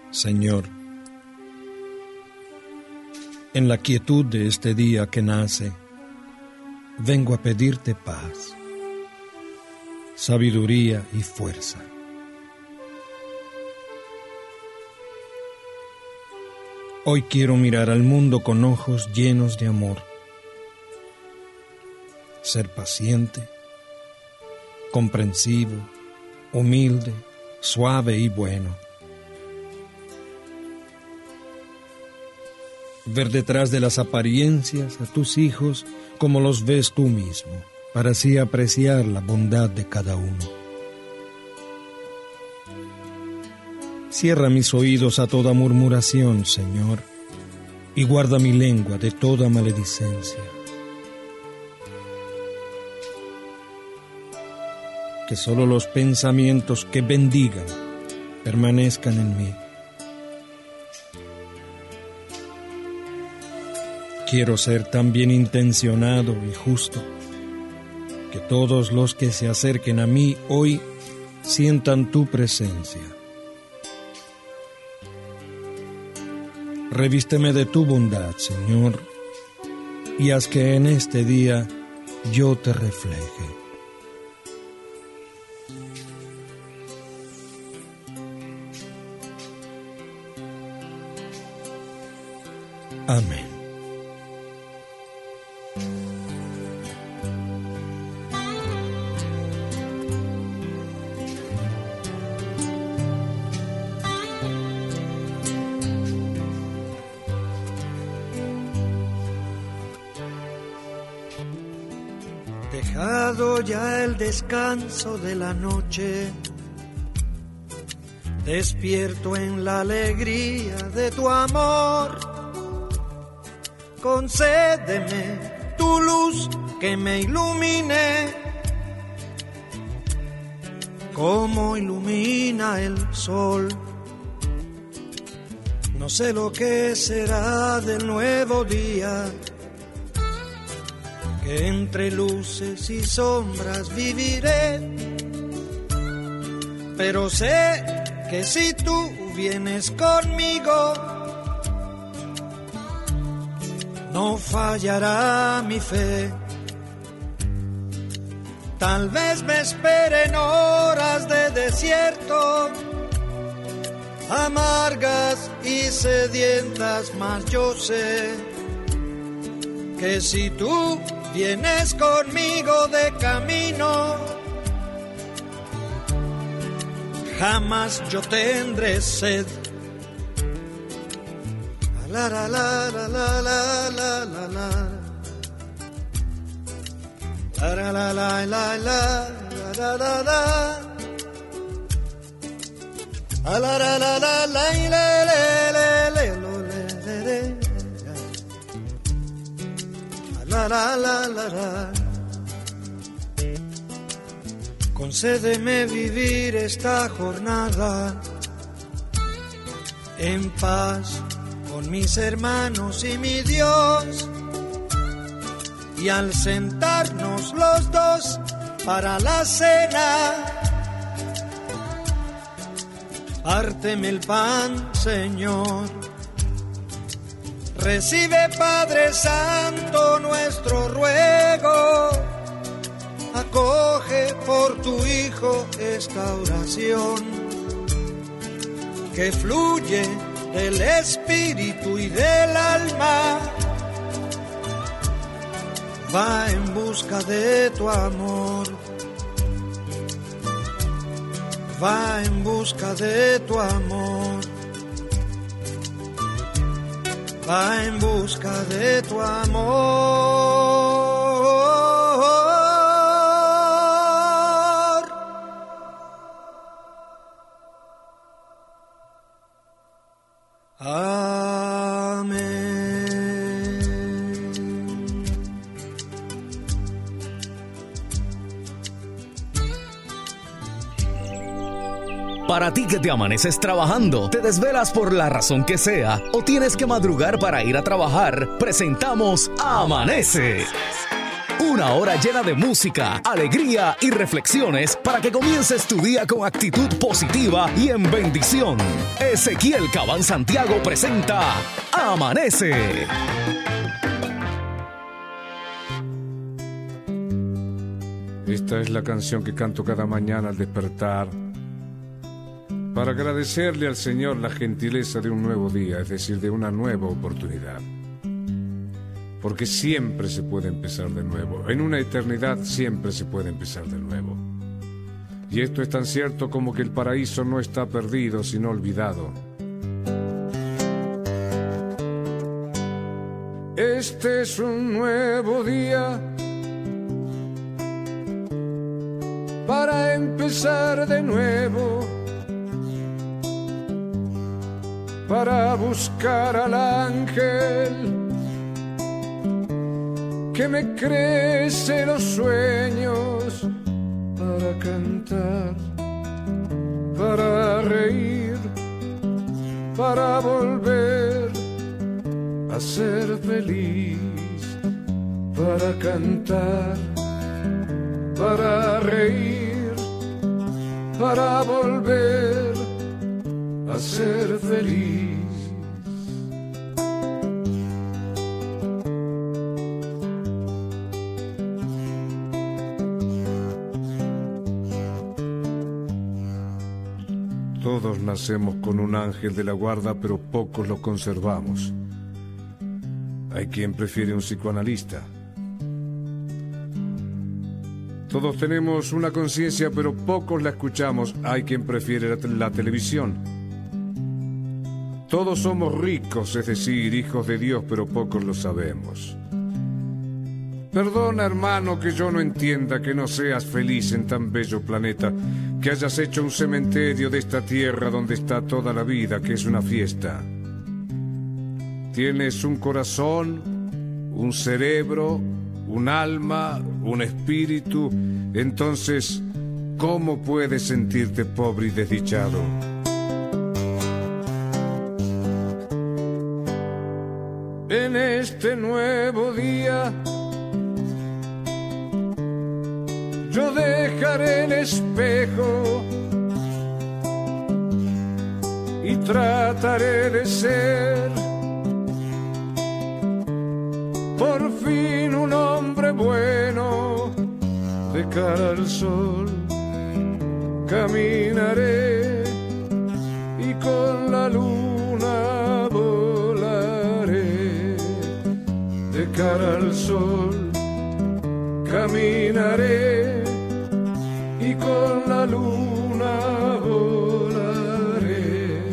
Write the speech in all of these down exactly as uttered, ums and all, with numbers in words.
Señor, en la quietud de este día que nace, vengo a pedirte paz, sabiduría y fuerza. Hoy quiero mirar al mundo con ojos llenos de amor, ser paciente, comprensivo, humilde, suave y bueno. Ver detrás de las apariencias a tus hijos como los ves tú mismo, para así apreciar la bondad de cada uno. Cierra mis oídos a toda murmuración, Señor, y guarda mi lengua de toda maledicencia. Que solo los pensamientos que bendigan permanezcan en mí. Quiero ser tan bien intencionado y justo que todos los que se acerquen a mí hoy sientan tu presencia. Revísteme de tu bondad, Señor, y haz que en este día yo te refleje. Amén. Dejado ya el descanso de la noche, despierto en la alegría de tu amor. Concédeme tu luz que me ilumine, como ilumina el sol. No sé lo que será del nuevo día, que entre luces y sombras viviré, pero sé que si tú vienes conmigo, no fallará mi fe. Tal vez me esperen horas de desierto, amargas y sedientas, mas yo sé que si tú vienes conmigo de camino, jamás yo tendré sed. La la la la la la la la la. La la la la la la la la la. La la la la la la la la la. La la la la la. Concédeme vivir esta jornada en paz con mis hermanos y mi Dios, y al sentarnos los dos para la cena, párteme el pan, Señor. Recibe, Padre Santo, nuestro ruego. Acoge por tu Hijo esta oración, que fluye del espíritu y del alma. Va en busca de tu amor. Va en busca de tu amor. Va en busca de tu amor. Amén. Para ti que te amaneces trabajando, te desvelas por la razón que sea o tienes que madrugar para ir a trabajar, presentamos Amanece, Una hora llena de música, alegría y reflexiones para que comiences tu día con actitud positiva y en bendición. Ezequiel Cabán Santiago presenta Amanece. Esta es la canción que canto cada mañana al despertar, para agradecerle al Señor la gentileza de un nuevo día, es decir, de una nueva oportunidad. Porque siempre se puede empezar de nuevo. En una eternidad siempre se puede empezar de nuevo. Y esto es tan cierto como que el paraíso no está perdido, sino olvidado. Este es un nuevo día para empezar de nuevo, para buscar al ángel que me crece los sueños, para cantar, para reír, para volver a ser feliz, para cantar, para reír, para volver a ser feliz. Todos nacemos con un ángel de la guarda, pero pocos lo conservamos. Hay quien prefiere un psicoanalista. Todos tenemos una conciencia, pero pocos la escuchamos. Hay quien prefiere la, te- la televisión. Todos somos ricos, es decir, hijos de Dios, pero pocos lo sabemos. Perdona, hermano, que yo no entienda que no seas feliz en tan bello planeta, que hayas hecho un cementerio de esta tierra donde está toda la vida, que es una fiesta. Tienes un corazón, un cerebro, un alma, un espíritu. Entonces, ¿cómo puedes sentirte pobre y desdichado? En este nuevo día yo dejaré el espejo y trataré de ser por fin un hombre bueno. De cara al sol caminaré y con la luna volaré. De cara al sol caminaré y con la luna volaré.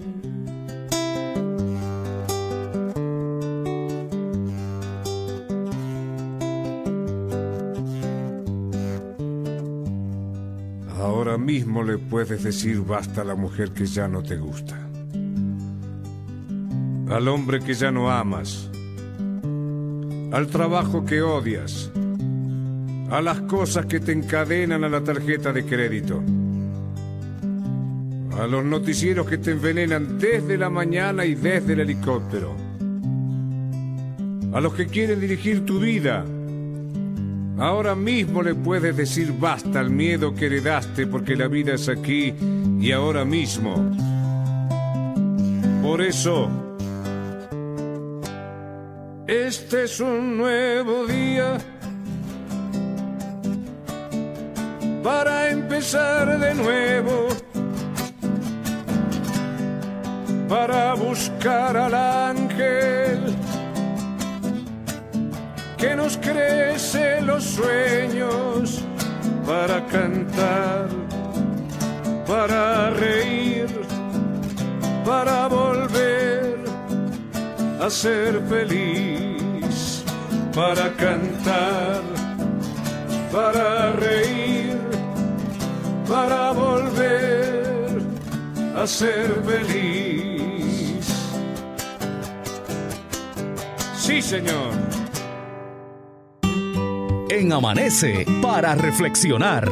Ahora mismo le puedes decir basta a la mujer que ya no te gusta, al hombre que ya no amas, al trabajo que odias, a las cosas que te encadenan a la tarjeta de crédito, a los noticieros que te envenenan desde la mañana y desde el helicóptero, a los que quieren dirigir tu vida. Ahora mismo le puedes decir basta al miedo que heredaste, porque la vida es aquí y ahora mismo. Por eso, este es un nuevo día para empezar de nuevo, para buscar al ángel que nos crece los sueños, para cantar, para reír, para volver a ser feliz, para cantar, para reír, para volver a ser feliz. Sí, Señor. En Amanece para reflexionar.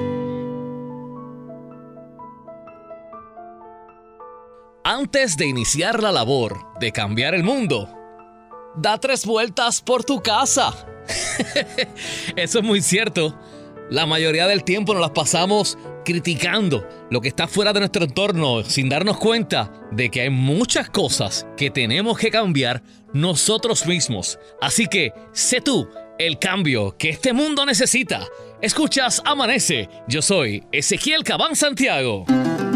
Antes de iniciar la labor de cambiar el mundo, da tres vueltas por tu casa. Eso es muy cierto. La mayoría del tiempo nos las pasamos criticando lo que está fuera de nuestro entorno sin darnos cuenta de que hay muchas cosas que tenemos que cambiar nosotros mismos. Así que sé tú el cambio que este mundo necesita. Escuchas Amanece. Yo soy Ezequiel Cabán Santiago.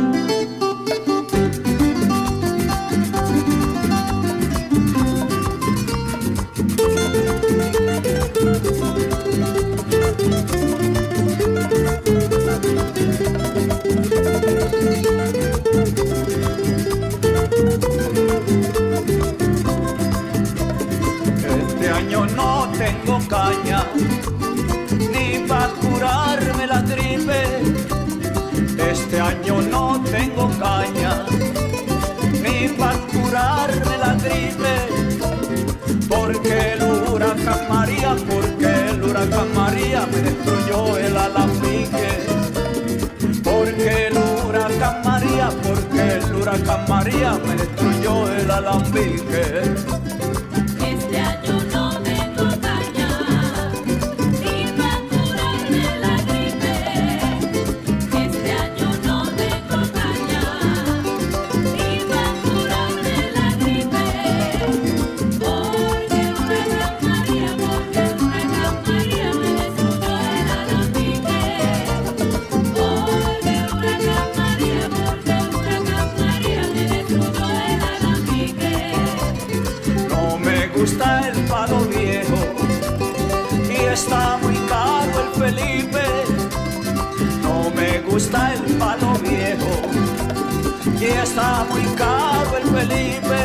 Este año no tengo caña ni pa' curarme la gripe. Este año no tengo caña ni pa' curarme la gripe. Porque el huracán María, porque el huracán María me destruyó el alambique. Porque el huracán María, porque el huracán María me destruyó el alambique. Este año no tengo caña ni pa' curarme la gripe. Este año no tengo caña ni pa' curarme la gripe. Porque el huracán María, porque el huracán María me destruyó el alambique. Porque el huracán María, porque el huracán María me destruyó el alambique. No me gusta el palo viejo y está muy caro el Felipe. No me gusta el palo viejo y está muy caro el Felipe.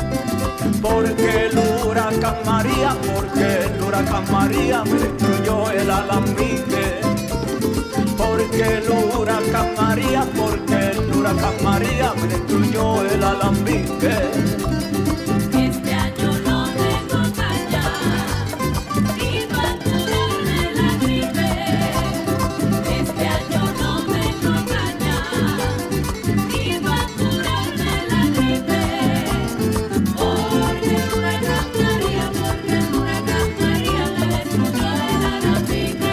Porque el huracán María, porque el huracán María me destruyó el alambique. Porque el huracán María, porque el huracán María me destruyó el alambique. Este año no tengo caña ni pa' curarme la gripe. Este año no tengo caña ni pa' curarme la gripe. Porque el huracán María, porque el huracán María me destruyó el alambique.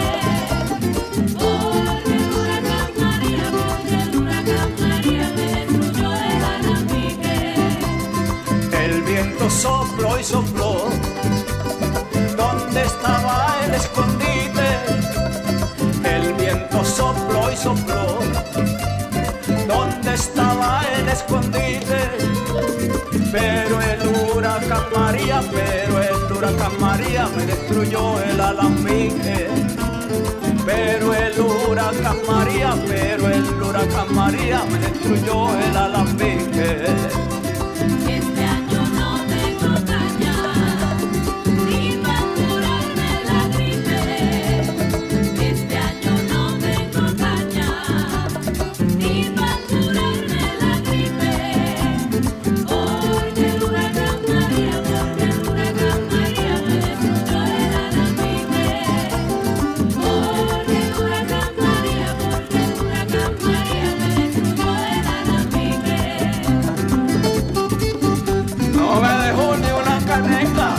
Porque el huracán María, porque el huracán María me destruyó el alambique. El viento sopló y sopló, ¿dónde estaba el escondite? El viento sopló y sopló, ¿dónde estaba el escondite? Pero el huracán María, pero el huracán María me destruyó el alambique. Pero el huracán María, pero el huracán María me destruyó el alambique. Este año no tengo caña ni pa' curarme la gripe. Este año no tengo caña ni pa' curarme la gripe. Porque el huracán María, porque el huracán María me destruyó el alambique. Porque el huracán María, porque el huracán María me destruyó el alambique. No me dejó ni una caneca.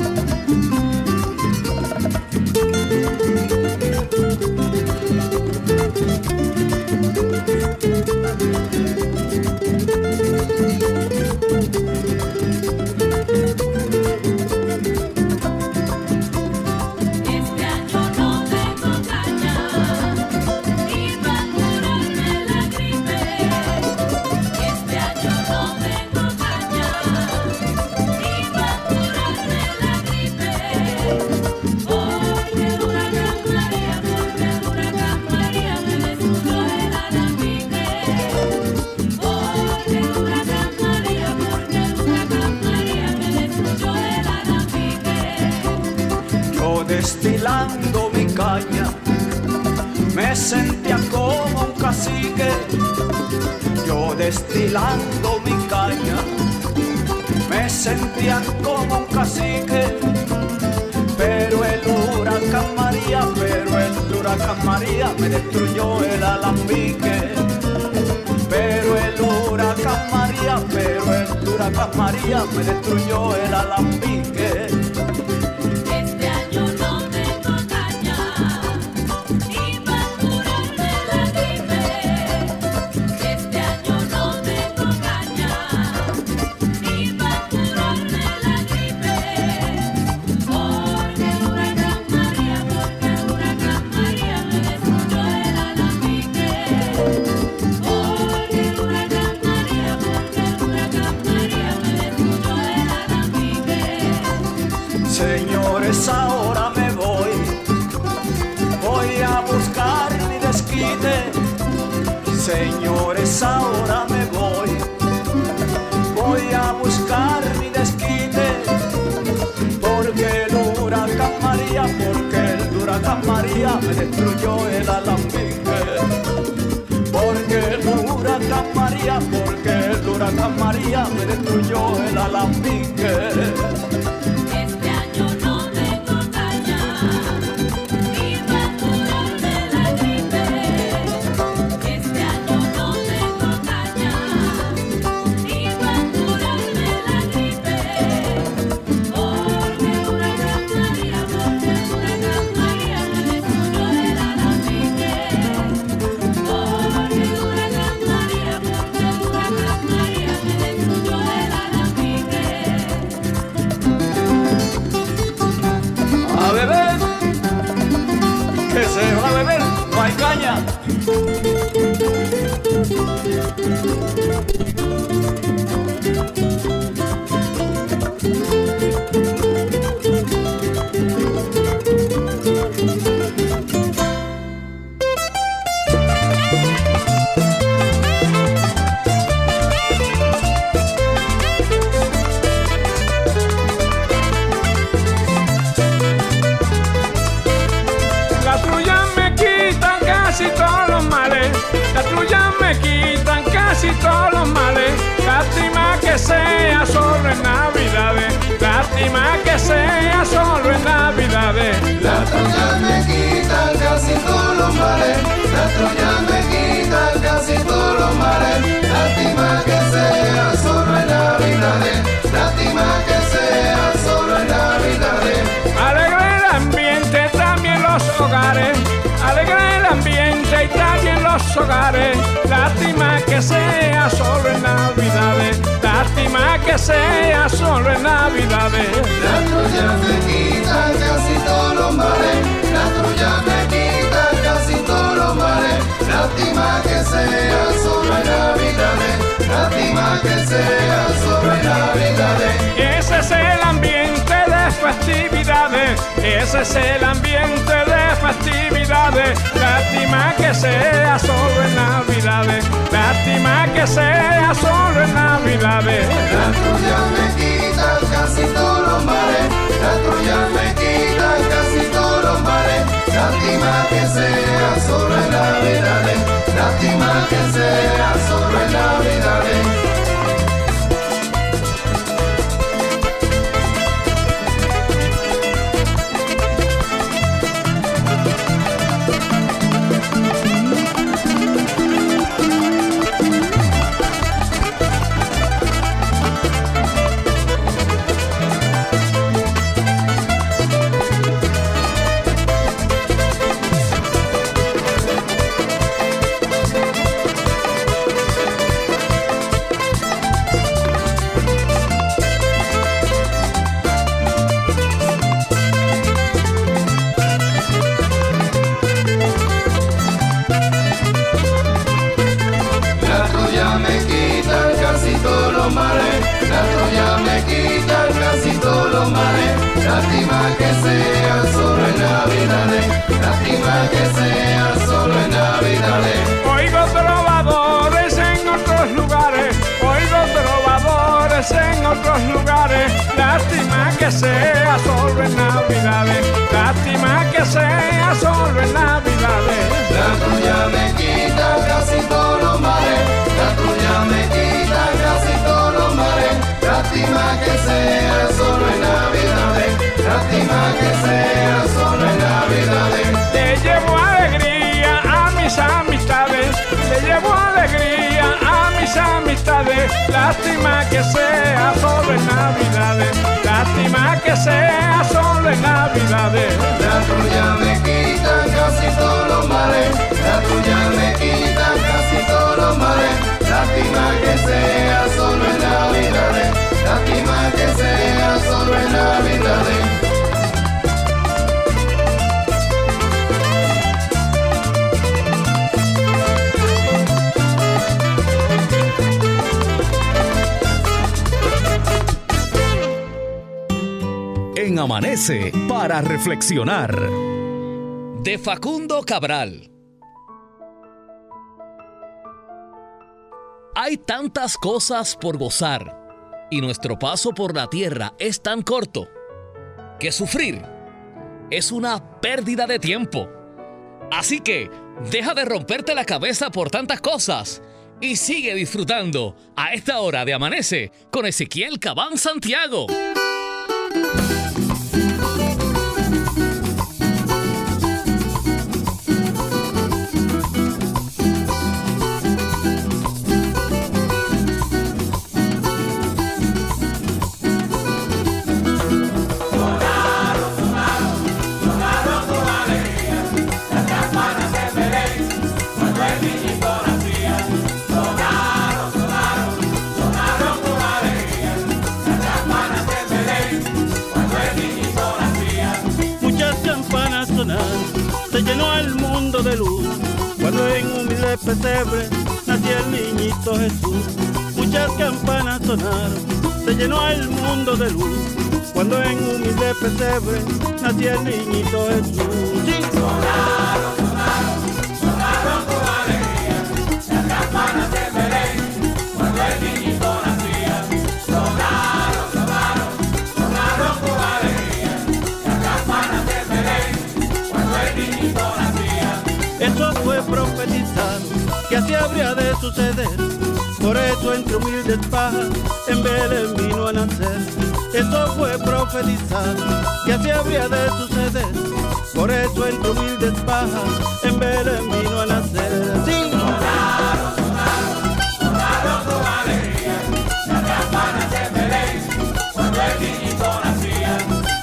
Este año no tengo caña ni pa' curarme la gripe. Este año no tengo caña ni pa' curarme la gripe. Porque el huracán María, porque el huracán María me destruyó el alambique. Porque el huracán María, porque el huracán María me destruyó el alambique. Yo destilando mi caña me sentía como un cacique. Yo destilando mi caña me sentía como un cacique. Pero el huracán María, pero el huracán María me destruyó el alambique. Pero el huracán María, pero el huracán María me destruyó el alambique. Este año no tengo señores, ahora me voy. Voy a buscar mi desquite, porque el huracán María, porque el huracán María me destruyó el alambique. Porque el huracán María, porque el huracán María me destruyó el alambique. Este año no tengo caña, iba a curarme la gripe. Este año no tengo caña, iba a curarme la gripe. Porque el huracán María, porque el huracán María me destruyó el alambique. Porque el huracán María, porque el huracán María me destruyó el alambique. A beber, que se va a beber, no hay caña. Las trullas me quitan casi todos los males. Las trullas me quitan casi todos los males. Lástima que sea solo en Navidades. Lástima que sea solo en Navidades. Las trullas me quitan casi todos los males. Las trullas me quitan casi todos los males. Lástima que sea solo en Navidades. Lástima que sea solo en Navidades. Alegre el ambiente también los hogares. Alegre el ambiente y también los hogares. Lástima que sea solo en Navidades. Lástima que sea solo en Navidades. Las trullas me quitan casi todos los males. Las trullas me quitan casi todos los males. Lástima que sea solo en Navidades. Lástima que sea solo en Navidades. Ese es el ambiente de festividades. Ese es el ambiente de festividades. Lástima que sea solo en Navidades. Lástima que sea solo en Navidades. Las trullas me quitan casi todos los males. Las trullas me quitan casi todos los males. Lástima que sea solo en Navidades. Lástima que sea solo en Navidades. Las trullas me quitan casi todos los males. Las trullas me quitan casi todos los males. Lástima que sea solo en Navidades. Lástima que sea solo en Navidades. Oigo trovadores en otros lugares. Oigo trovadores en otros lugares. Lástima que sea solo en Navidades. Lástima que sea solo en Navidades. Las trullas me quitan casi todos los males. Las trullas me quitan casi todos los males. Lástima que sea solo en Navidades. Lástima que sea solo en Navidades. Le llevo alegría a mis amistades. Le llevo alegría a mis amistades. Lástima que sea solo en Navidades. Lástima que sea solo en Navidades. Las trullas me quitan casi todos los males. Las trullas me quitan casi todos los males. Lástima que sea solo en Navidades. Lástima que sea solo en Navidades. En Amanece para reflexionar. De Facundo Cabral. Hay tantas cosas por gozar y nuestro paso por la tierra es tan corto que sufrir es una pérdida de tiempo. Así que deja de romperte la cabeza por tantas cosas y sigue disfrutando a esta hora de Amanece con Ezequiel Cabán Santiago. Se llenó el mundo de luz cuando en humilde pesebre nació el niñito Jesús. Muchas campanas sonaron, se llenó el mundo de luz cuando en humilde pesebre nació el niñito Jesús. Sí. Sonaron, sonaron, sonaron con alegría las campanas de Belén cuando el niñito nacía. Sonaron, sonaron, sonaron con alegría las campanas de Belén cuando el niñito nacía. Eso fue profetizado que así habría de suceder. Por eso entre humildes pajas en Belén vino a nacer. Eso fue profetizado que así habría de suceder. Por eso entre humildes pajas en Belén vino a nacer. Sí. Sonaron, sonaron, sonaron con alegría las campanas de Belén cuando el niñito nacía.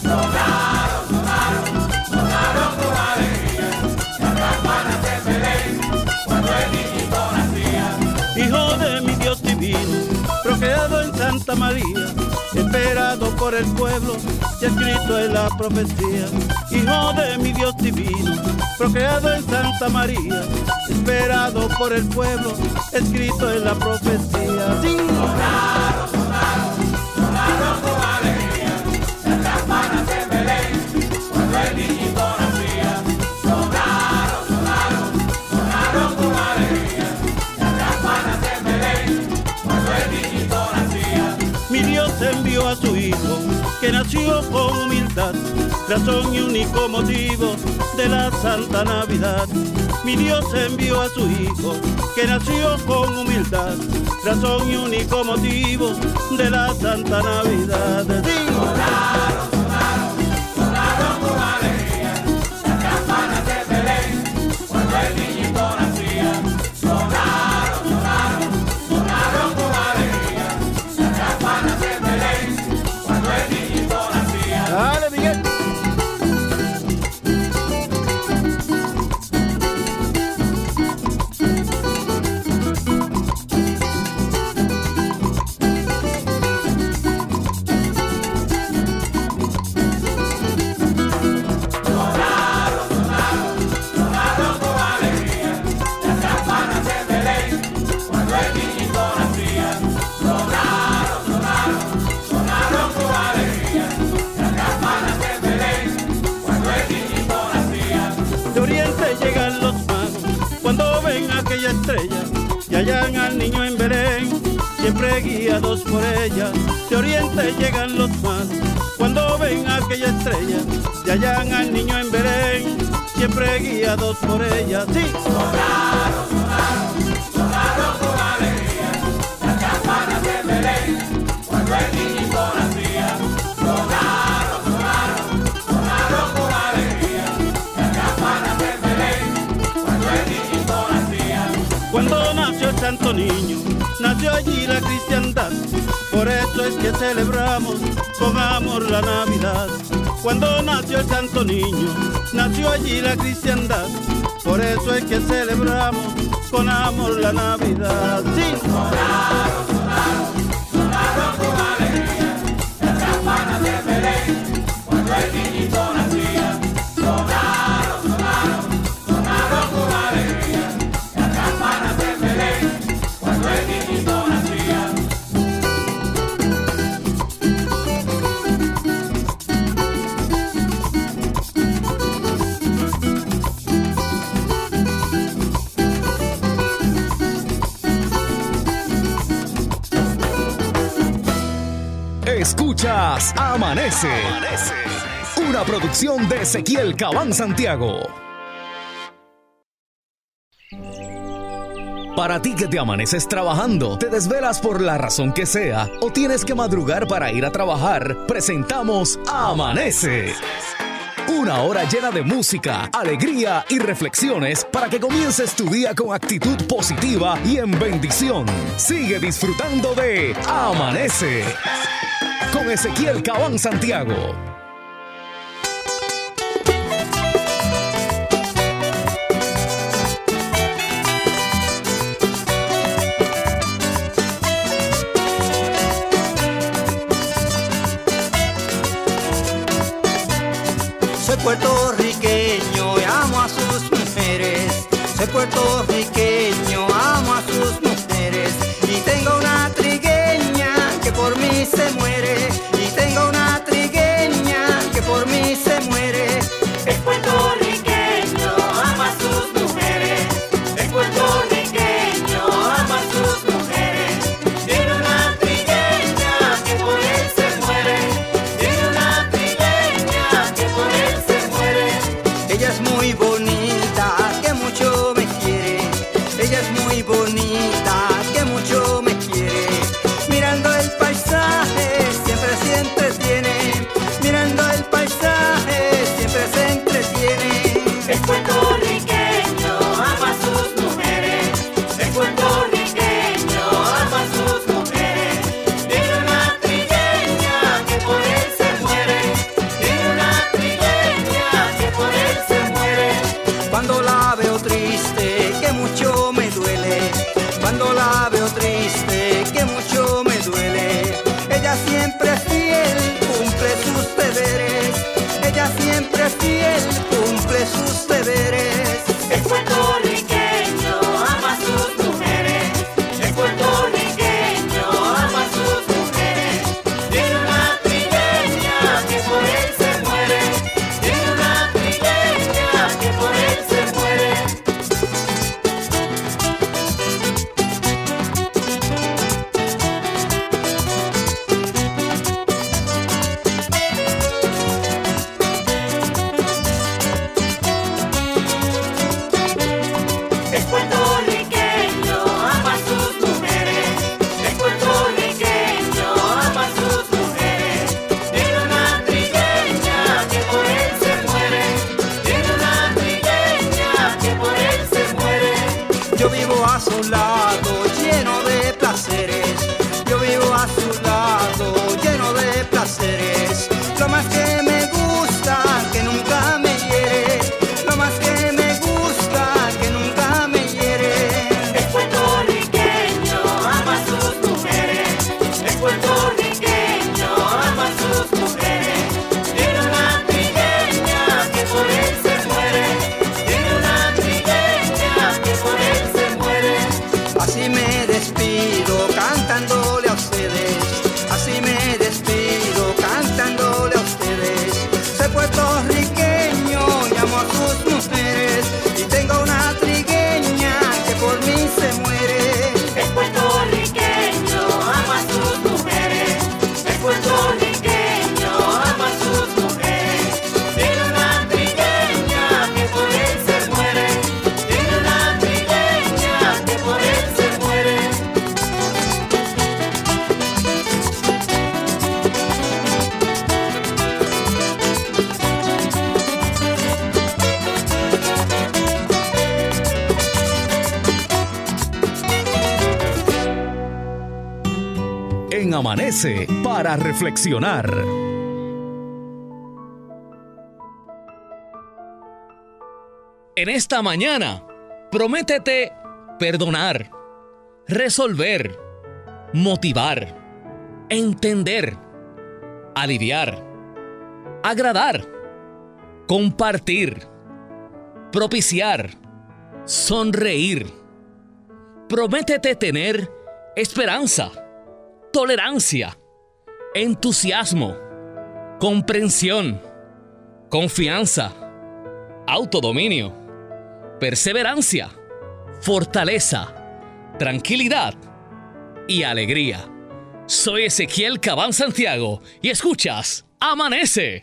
Sonaron, sonaron, sonaron con alegría las campanas de Belén cuando el niñito nacía. Hijo de mi Dios divino, procreado en Santa María, esperado por el pueblo y escrito en la profecía. Hijo de mi Dios divino, procreado en Santa María, esperado por el pueblo, escrito en la profecía. Sí. Sonaron, sonaron, sonaron con alegría las campanas de Belén cuando el niñito nacía. Sonaron, sonaron, sonaron con alegría las campanas de Belén cuando el niñito nacía. Mi Dios envió a su Hijo, que nació con humildad, razón y único motivo de la Santa Navidad. Mi Dios envió a su Hijo, que nació con humildad, razón y único motivo de la Santa Navidad. Sí. Sonaron, sonaron, sonaron con alegría las campanas de Belén cuando el niñito nacía. Sonaron, sonaron, sonaron con alegría las campanas de Belén cuando el niñito nacía. Dale, Miguel. Estrella y hallan al niño en Belén, siempre guiados por ella. De oriente llegan los magos cuando ven aquella estrella y hallan al niño en Belén, siempre guiados por ella. Sí. Sonaron, sonaron, sonaron con alegría las campanas de Belén cuando el niñito nacía. Sonaron, sonaron, sonaron con alegría las campanas de Belén cuando el niñito nacía. Cuando nació el santo niño, nació allí la cristiandad. Por eso es que celebramos con amor la Navidad. Cuando nació el santo niño, nació allí la cristiandad. Por eso es que celebramos con amor la Navidad. Sí. Sonaron, sonaron, sonaron con alegría las campanas de Belén cuando el niñito nacía. Sonaron, sonaron, sonaron con alegría las campanas de Belén cuando el niñito nacía. Escuchas Amanece, Amanece, una producción de Ezequiel Cabán Santiago. Para ti que te amaneces trabajando, te desvelas por la razón que sea o tienes que madrugar para ir a trabajar, presentamos Amanece. Una hora llena de música, alegría y reflexiones para que comiences tu día con actitud positiva y en bendición. Sigue disfrutando de Amanece con Ezequiel Cabán Santiago. Soy puertorriqueño y amo a sus mujeres. Soy puertorriqueño, amo a sus mujeres. Y tengo una trigueña que por mí se muere. Y tengo una trigueña que por mí se muere. Es puertorriqueño, ama a sus mujeres. Es puertorriqueño, ama a sus mujeres. Tiene una trigueña que por él se muere. Tiene una trigueña que por él se muere. Ella es muy bonita, que mucho me quiere. Ella es muy bonita, que mucho me quiere. Mirando el paisaje, siempre se entretiene. Mirando el paisaje, siempre se entretiene. Es puertorriqueño, ama a sus mujeres. Es puertorriqueño, ama a sus mujeres. Tiene una trigueña que por él se muere. Tiene una trigueña que por él se muere. Cuando la veo triste, que mucho me duele. Cuando la veo triste, que mucho me duele. Ella siempre es fiel, cumple sus deberes. Ella siempre es fiel, cumple sus deberes. Es puertorriqueño, ama a sus mujeres. Es puertorriqueño, ama a sus mujeres. Tiene una trigueña que por él se muere. Tiene una trigueña que por él se muere. Es puertorriqueño, ama a sus mujeres. Es puertorriqueño, ama a sus mujeres. Tiene una trigueña que por él se muere. Tiene una trigueña que por él se muere. Yo vivo a su lado, lleno de placeres. Yo vivo a su lado, lleno de placeres. Lo más que me gusta, que nunca me hiere. Lo más que me gusta, que nunca me hiere. Es puertorriqueño, ama a sus mujeres. Es puertorriqueño, ama a sus mujeres. Tiene una trigueña que por él se muere. Tiene una trigueña que por él se muere. Así me despido cantándole a ustedes. Así me despido cantándole a ustedes. Soy puertorriqueño y amo a sus mujeres. Y tengo una trigueña que por mí se muere. Es puertorriqueño, ama a sus mujeres. Es puertorriqueño, ama a sus mujeres. Tiene una trigueña que por él se muere. Tiene una trigueña que por él se muere. En Amanece para reflexionar. En esta mañana, prométete perdonar, resolver, motivar, entender, aliviar, agradar, compartir, propiciar, sonreír. Prométete tener esperanza, tolerancia, entusiasmo, comprensión, confianza, autodominio, perseverancia, fortaleza, tranquilidad y alegría. Soy Ezequiel Cabán Santiago y escuchas Amanece.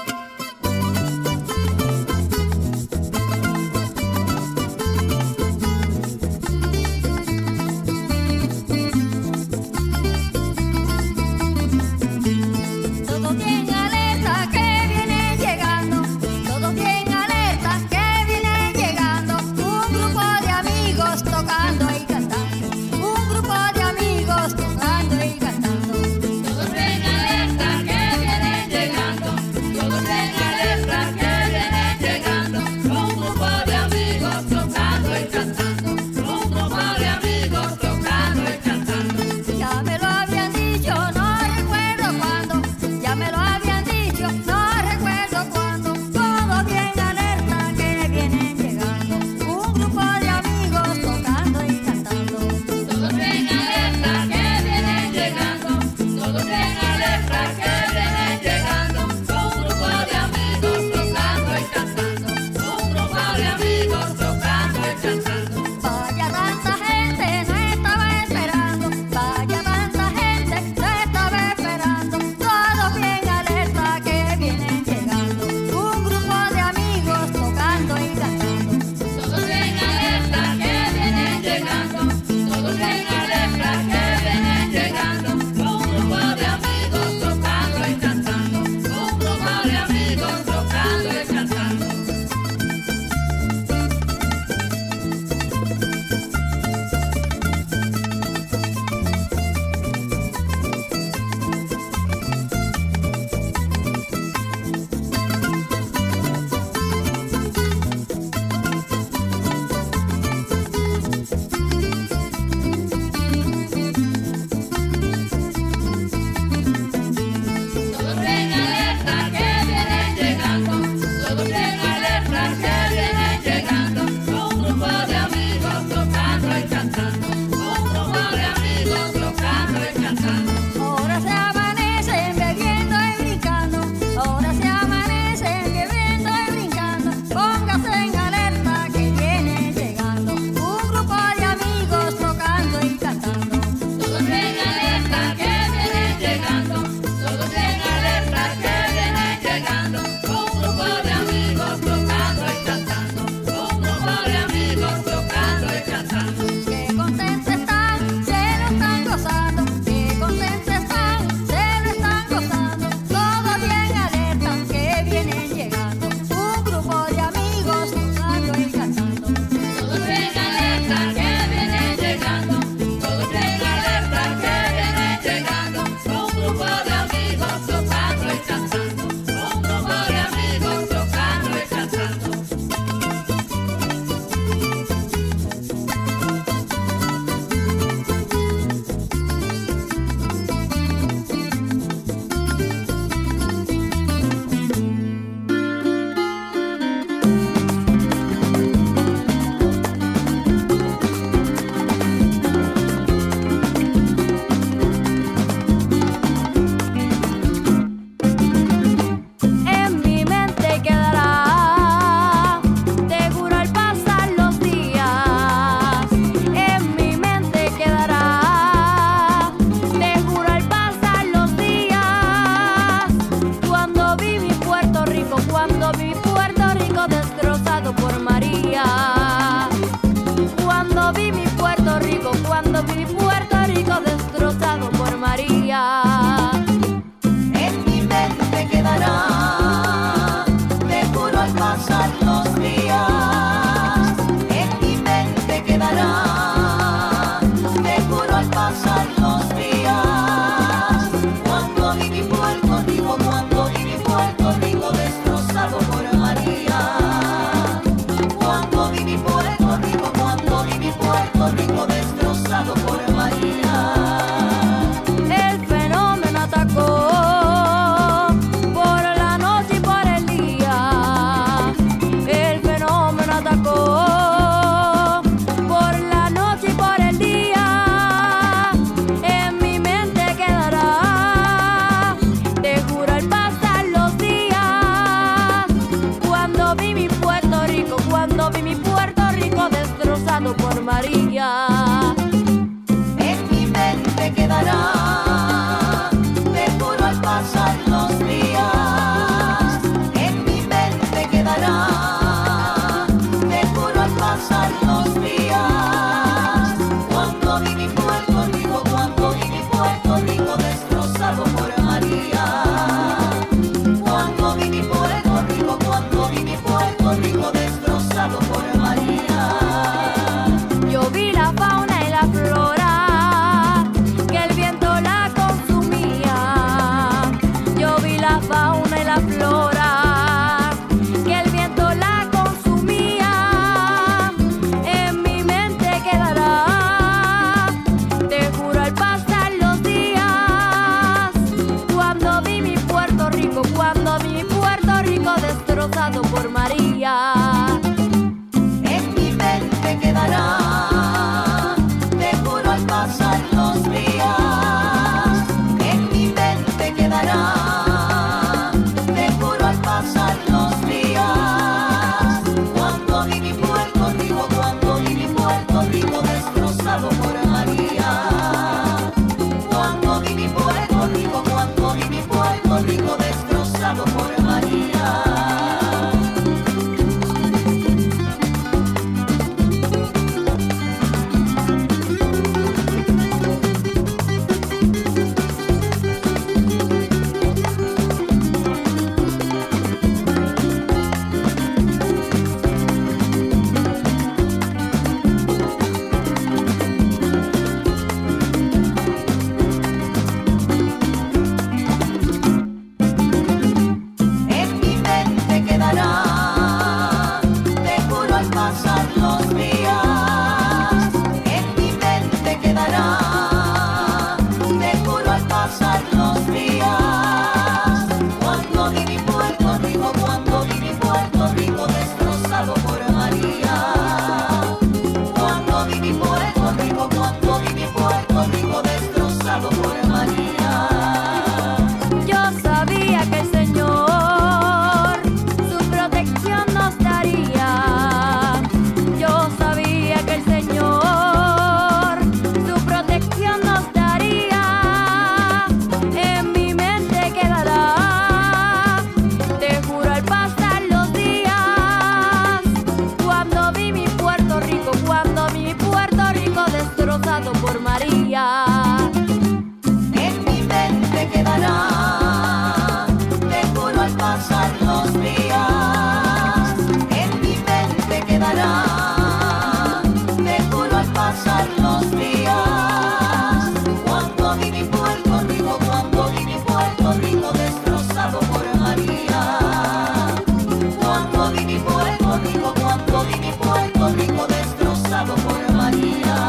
Todos bien alerta que vienen llegando, todos bien alerta que vienen llegando, un grupo de amigos tocando y cantando, un grupo de amigos tocando y cantando. Todos bien alerta que vienen llegando, todos bien alerta que vienen llegando, un grupo de amigos tocando y cantando, un grupo de amigos tocando y cantando. Ya me lo habían dicho, no recuerdo cuándo, ya me lo habían dicho, no recuerdo cuándo. Todos bien alerta que vienen llegando, un grupo de amigos tocando y cantando. Todos bien alerta que vienen llegando, todos bien alerta que vienen llegando, un grupo de amigos tocando y cantando, un grupo de amigos tocando y cantando. Vaya tanta gente no estaba esperando, vaya tanta gente no estaba esperando, todos bien alerta que vienen llegando, un grupo de amigos tocando y cantando. Todos bien alerta que vienen llegando, todos bien alerta que vienen llegando, un grupo de amigos tocando y cantando, un grupo de amigos tocando y cantando. Todos bien alerta que vienen llegando, todos bien alerta que vienen llegando, un grupo de amigos tocando y cantando, un grupo de amigos tocando y cantando. Ahora se amanecen bebiendo y brincando, ahora se amanecen bebiendo y brincando, póngase en alerta que vienen llegando, un grupo de amigos tocando y cantando. Todos bien alerta que vienen llegando, todos bien alerta que vienen llegando, un grupo de amigos tocando y cantando, un grupo de amigos tocando y cantando. Qué contentos están, se lo están gozando, qué contentos están, se lo están gozando, todos bien alerta que vienen llegando, un grupo de amigos tocando y cantando. Todos bien alerta que vienen llegando, todos bien alerta que vienen llegando, un grupo de amigos tocando y cantando, un grupo de amigos tocando y cantando. En mi mente quedará, te juro al pasar los días. En mi mente quedará, te juro al pasar los días. Cuando vi mi Puerto Rico, cuando vi Puerto Rico destrozado por María. Cuando vi mi Puerto Rico, cuando vi Puerto Rico destrozado por María. En mi mente quedará, te juro al pasar los días. En mi mente quedará, te juro al pasar los días. Cuando vi mi Puerto Rico, cuando vi mi Puerto Rico destrozado por María. Cuando vi mi Puerto Rico, cuando vi mi Puerto Rico destrozado por María. El fenómeno atacó por la noche y por el día. El fenómeno atacó por la noche y por el día. Puerto Rico, cuando vi mi Puerto Rico destrozado por María. Cuando vi mi Puerto Rico, cuando vi mi Puerto Rico destrozado por María. Yo vi la fauna y la flora, que el viento la consumía. Yo vi la fauna y la flora, que el viento la consumía. En mi mente quedará, te juro al pasar los días. Cuando vi mi Puerto Rico, cuando vi mi Puerto Rico destrozado por María. En mi mente quedará, te juro al pasar los días. En mi mente quedará, te juro al pasar los días. Cuando vi mi Puerto Rico, cuando vi mi Puerto Rico destrozado por María. Cuando vi mi Puerto Rico, cuando vi mi Puerto Rico destrozado por María. En mi mente quedará, te juro al pasar los días. En mi mente quedará, te juro al pasar los días. Cuando vi mi Puerto Rico, cuando vi mi Puerto Rico destrozado por María. Cuando vi mi Puerto Rico, cuando vi mi Puerto Rico destrozado por María. Yo sabía que el Señor su protección nos daría. Yo sabía que el Señor su protección nos daría. En mi mente quedará, te juro al pasar los días. Cuando vi mi Puerto Rico, cuando vi mi Puerto Rico destrozado por María. En mi mente quedará, te juro al pasar los días. En mi mente quedará, te juro al pasar los días. Cuando vi mi Puerto Rico, cuando vi mi Puerto Rico destrozado por María. Cuando vi mi Puerto Rico, cuando vi mi Puerto Rico destrozado por María.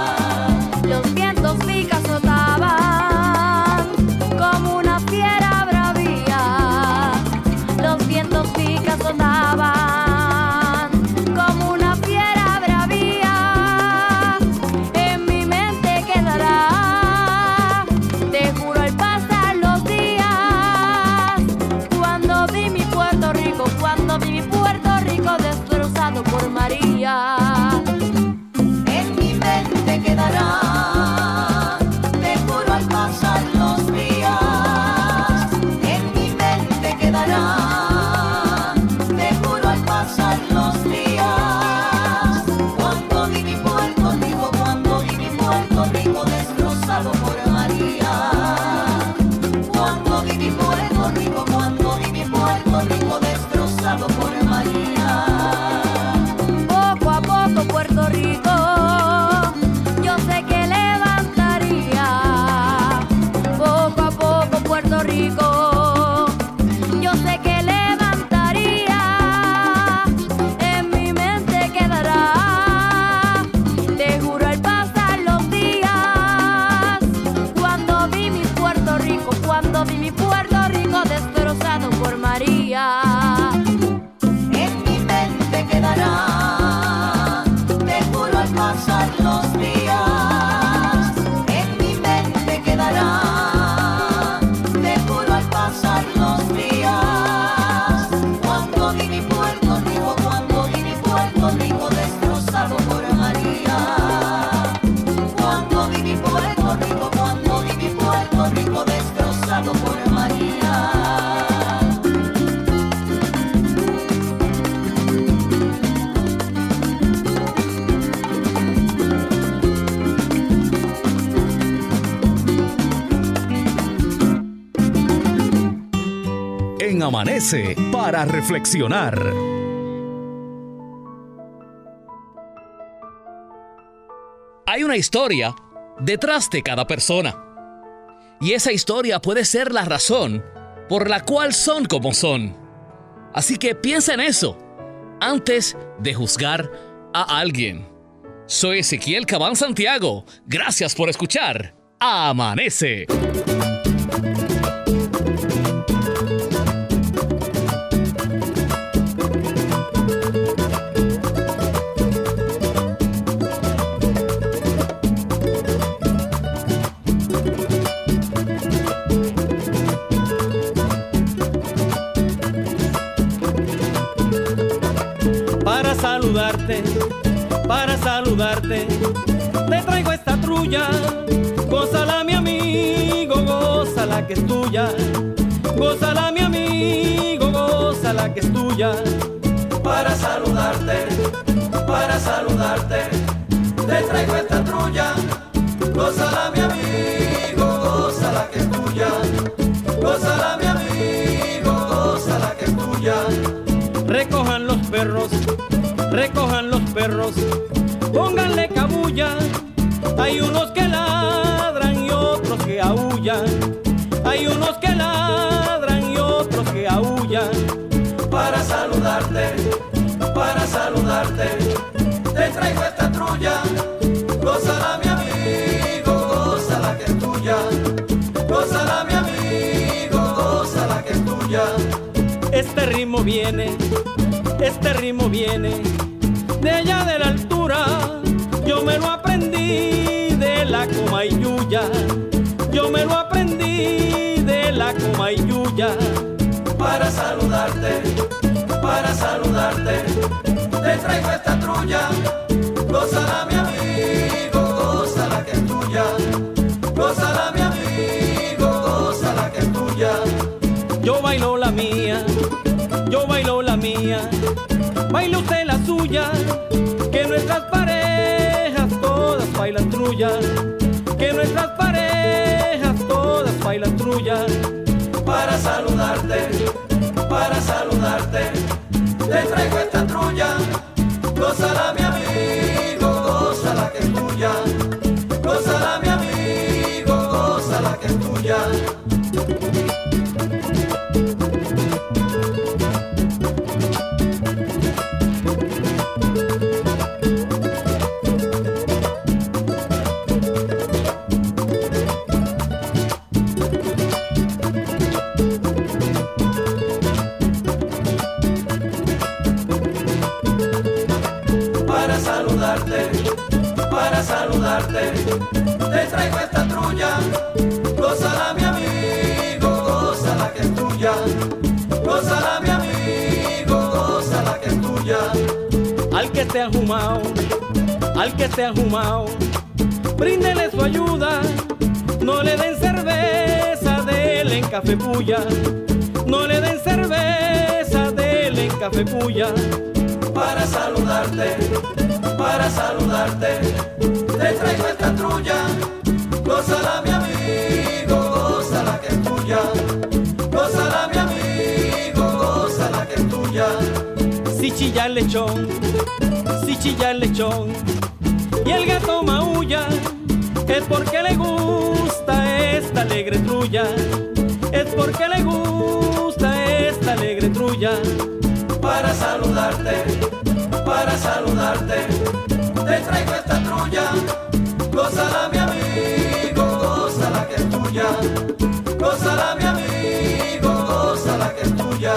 Los vientos vi que azotaban como una fiera bravía. Los vientos vi que azotaban como una fiera bravía. En mi mente quedará, te juro al pasar los días. Cuando vi mi Puerto Rico, cuando vi mi Puerto Rico destrozado por María. En mi mente quedará, te juro al pasar los días. En mi mente quedará, te juro al pasar los días. Cuando vi mi Puerto Rico, cuando vi mi Puerto Rico destrozado por María. Cuando vi mi Puerto Rico, cuando vi mi Puerto Rico destrozado por María. Poco a poco Puerto Rico, yo sé que levantaría. Poco a poco Puerto Rico, yo sé que levantaría. En mi mente quedará, te juro al pasar los días. Cuando vi mi Puerto Rico, cuando vi mi Puerto Rico destrozado por María. En mi mente quedará, te juro al pasar los días. En mi mente quedará, te juro al en Amanece para reflexionar. Hay una historia detrás de cada persona. Y esa historia puede ser la razón por la cual son como son. Así que piensa en eso antes de juzgar a alguien. Soy Ezequiel Cabán Santiago. Gracias por escuchar Amanece. Para saludarte, para saludarte, te traigo esta trulla. Gózala mi amigo, gózala que es tuya. Gózala mi amigo, gózala que es tuya. Para saludarte, para saludarte, te traigo esta trulla. Gózala mi amigo, gózala que es tuya. Gózala mi amigo, gózala que es tuya. Recojan los perros, recojan los perros, pónganle cabulla. Hay unos que ladran y otros que aullan. Hay unos que ladran y otros que aullan. Para saludarte, para saludarte, te traigo esta trulla. Gózala mi amigo, gózala que es tuya. Gózala mi amigo, gózala que es tuya. Este ritmo viene, este ritmo viene de allá de la altura. Yo me lo aprendí de la Comayuya. Yo me lo aprendí de la Comayuya. Para saludarte, para saludarte, te traigo esta trulla. Gózala mi amigo, gózala que es tuya. Gózala mi amigo, gózala que es tuya. Yo bailo la mía, yo bailo la mía, baila usted la suya, que nuestras parejas todas bailan trulla, que nuestras parejas todas bailan trulla. Para saludarte, para saludarte, te traigo esta trulla. Gózala mi amigo, gózala que es tuya. Gózala mi amigo, gózala que es tuya. Para saludarte, para saludarte, te traigo esta trulla. Gózala mi amigo, gózala que es tuya. Gózala mi amigo, gózala que es tuya. Al que esté ajumao, al que esté ajumao, bríndele su ayuda. No le den cerveza, dele en café puya. No le den cerveza, dele en café puya. Para saludarte, para saludarte, te traigo esta trulla. Gózala mi amigo, gózala que es tuya. Gózala mi amigo, gózala que es tuya. Si chilla el lechón, si chilla el lechón, y el gato maulla, es porque le gusta esta alegre trulla. Es porque le gusta esta alegre trulla. Para saludarte, para saludarte, te traigo esta trulla. Gózala mi amigo, gózala que es tuya. Gózala mi amigo, gózala que es tuya.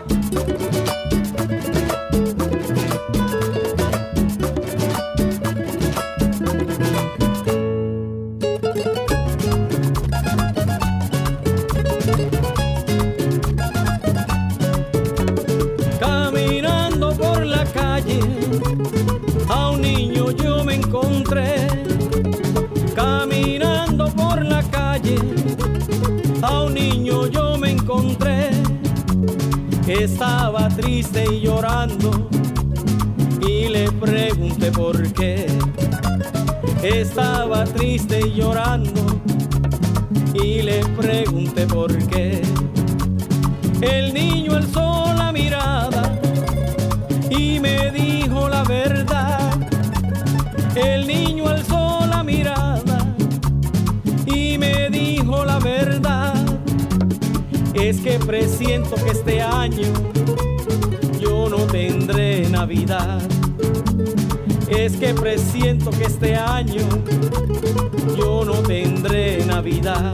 Caminando por la calle, a un niño yo me encontré. Caminando por la calle, a un niño yo me encontré. Estaba triste y llorando, y le pregunté por qué. Estaba triste y llorando, y le pregunté por qué. El niño alzó la mirada y me dijo la verdad. El niño alzó la mirada y me dijo la verdad. Es que presiento que este año yo no tendré Navidad. Es que presiento que este año yo no tendré Navidad.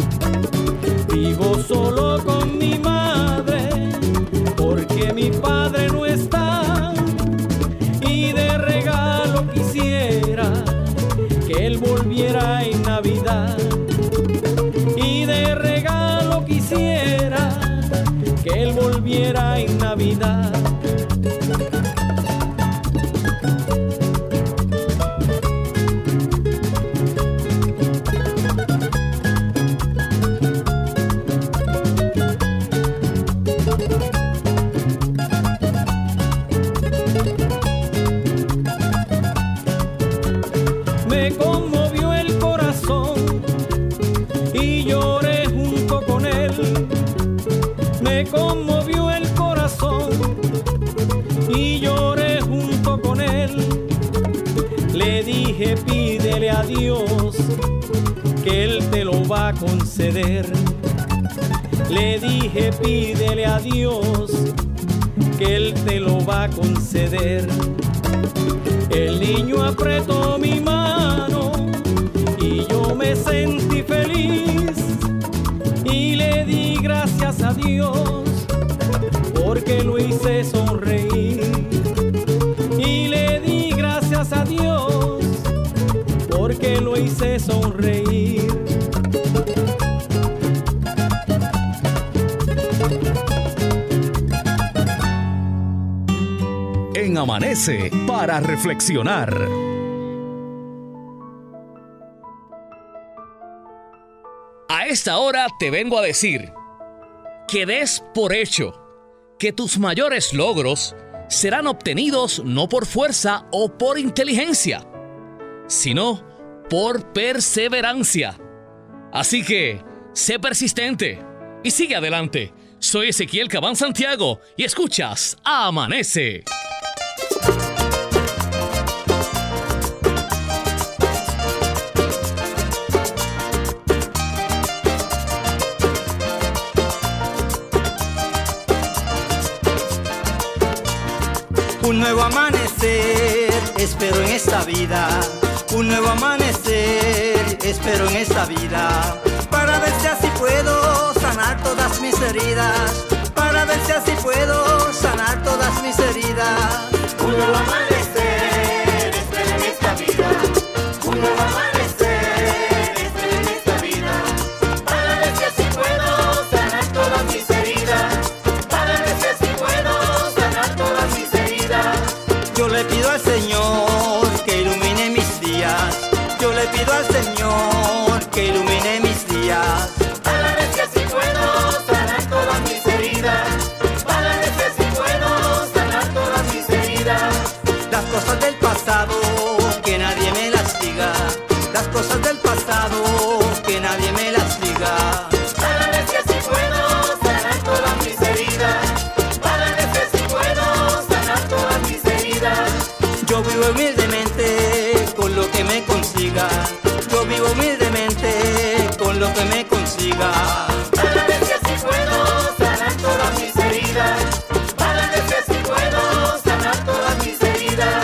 Vivo solo con mi madre porque mi padre no está. Y de regalo quisiera que él volviera en Navidad. Y de regalo quisiera que él volviera en Navidad. Me conmovió el corazón y lloré junto con él. Me conmovió el corazón y lloré junto con él. Le dije, pídele a Dios que Él te lo va a conceder. Le dije, pídele a Dios que Él te lo va a conceder. El niño apretó mi mano y yo me sentí feliz y le di gracias a Dios porque lo hice sonreír. Y le di gracias a Dios porque lo hice sonreír. En Amanece para reflexionar. A esta hora te vengo a decir que des por hecho que tus mayores logros serán obtenidos no por fuerza o por inteligencia, sino por perseverancia. Así que, sé persistente y sigue adelante. Soy Ezequiel Cabán Santiago y escuchas Amanece. Un nuevo amanecer, espero en esta vida. Un nuevo amanecer, espero en esta vida. Para ver si así puedo sanar todas mis heridas. Para ver si así puedo sanar todas mis heridas. Un nuevo amanecer, espero en esta vida. Un nuevo amanecer, espero en esta vida. Para ver si así puedo sanar todas mis heridas. Para ver si así puedo sanar todas mis heridas. Yo le pido al Señor que ilumine mis días. Yo le pido al Señor que ilumine mis días. Para ver si así puedo sanar todas mis heridas. Para ver si así puedo sanar todas mis heridas. Las cosas del pasado, que nadie me las diga. Las cosas del pasado, que nadie me las diga. Para ver si así puedo sanar todas mis heridas. Para ver si así puedo sanar todas mis heridas. Yo vivo humildemente con lo que me consiga. Yo vivo humildemente con lo que me consiga. Para ver si así puedo sanar todas mis heridas. Para ver si así puedo sanar todas mis heridas.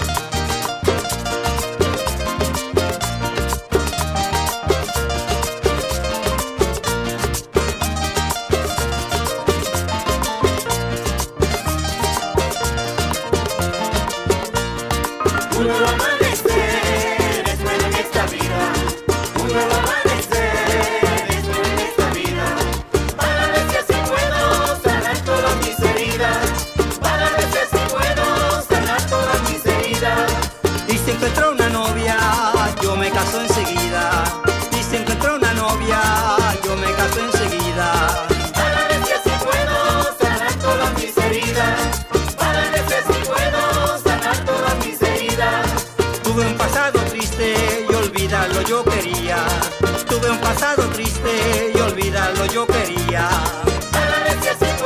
Un nuevo amanecer, espero en esta vida. Un nuevo amanecer, espero en esta vida. Para ver si así puedo sanar todas mis heridas. Para ver si así puedo sanar todas mis heridas. Y si encuentro una novia, yo me caso enseguida. Y si encuentro una novia, yo me caso enseguida. Para ver si así puedo sanar todas mis heridas. Para ver si así puedo sanar todas mis heridas. Tuve un pasado triste y olvidarlo yo quería. Tuve un pasado triste y olvidarlo yo quería. Para ver si así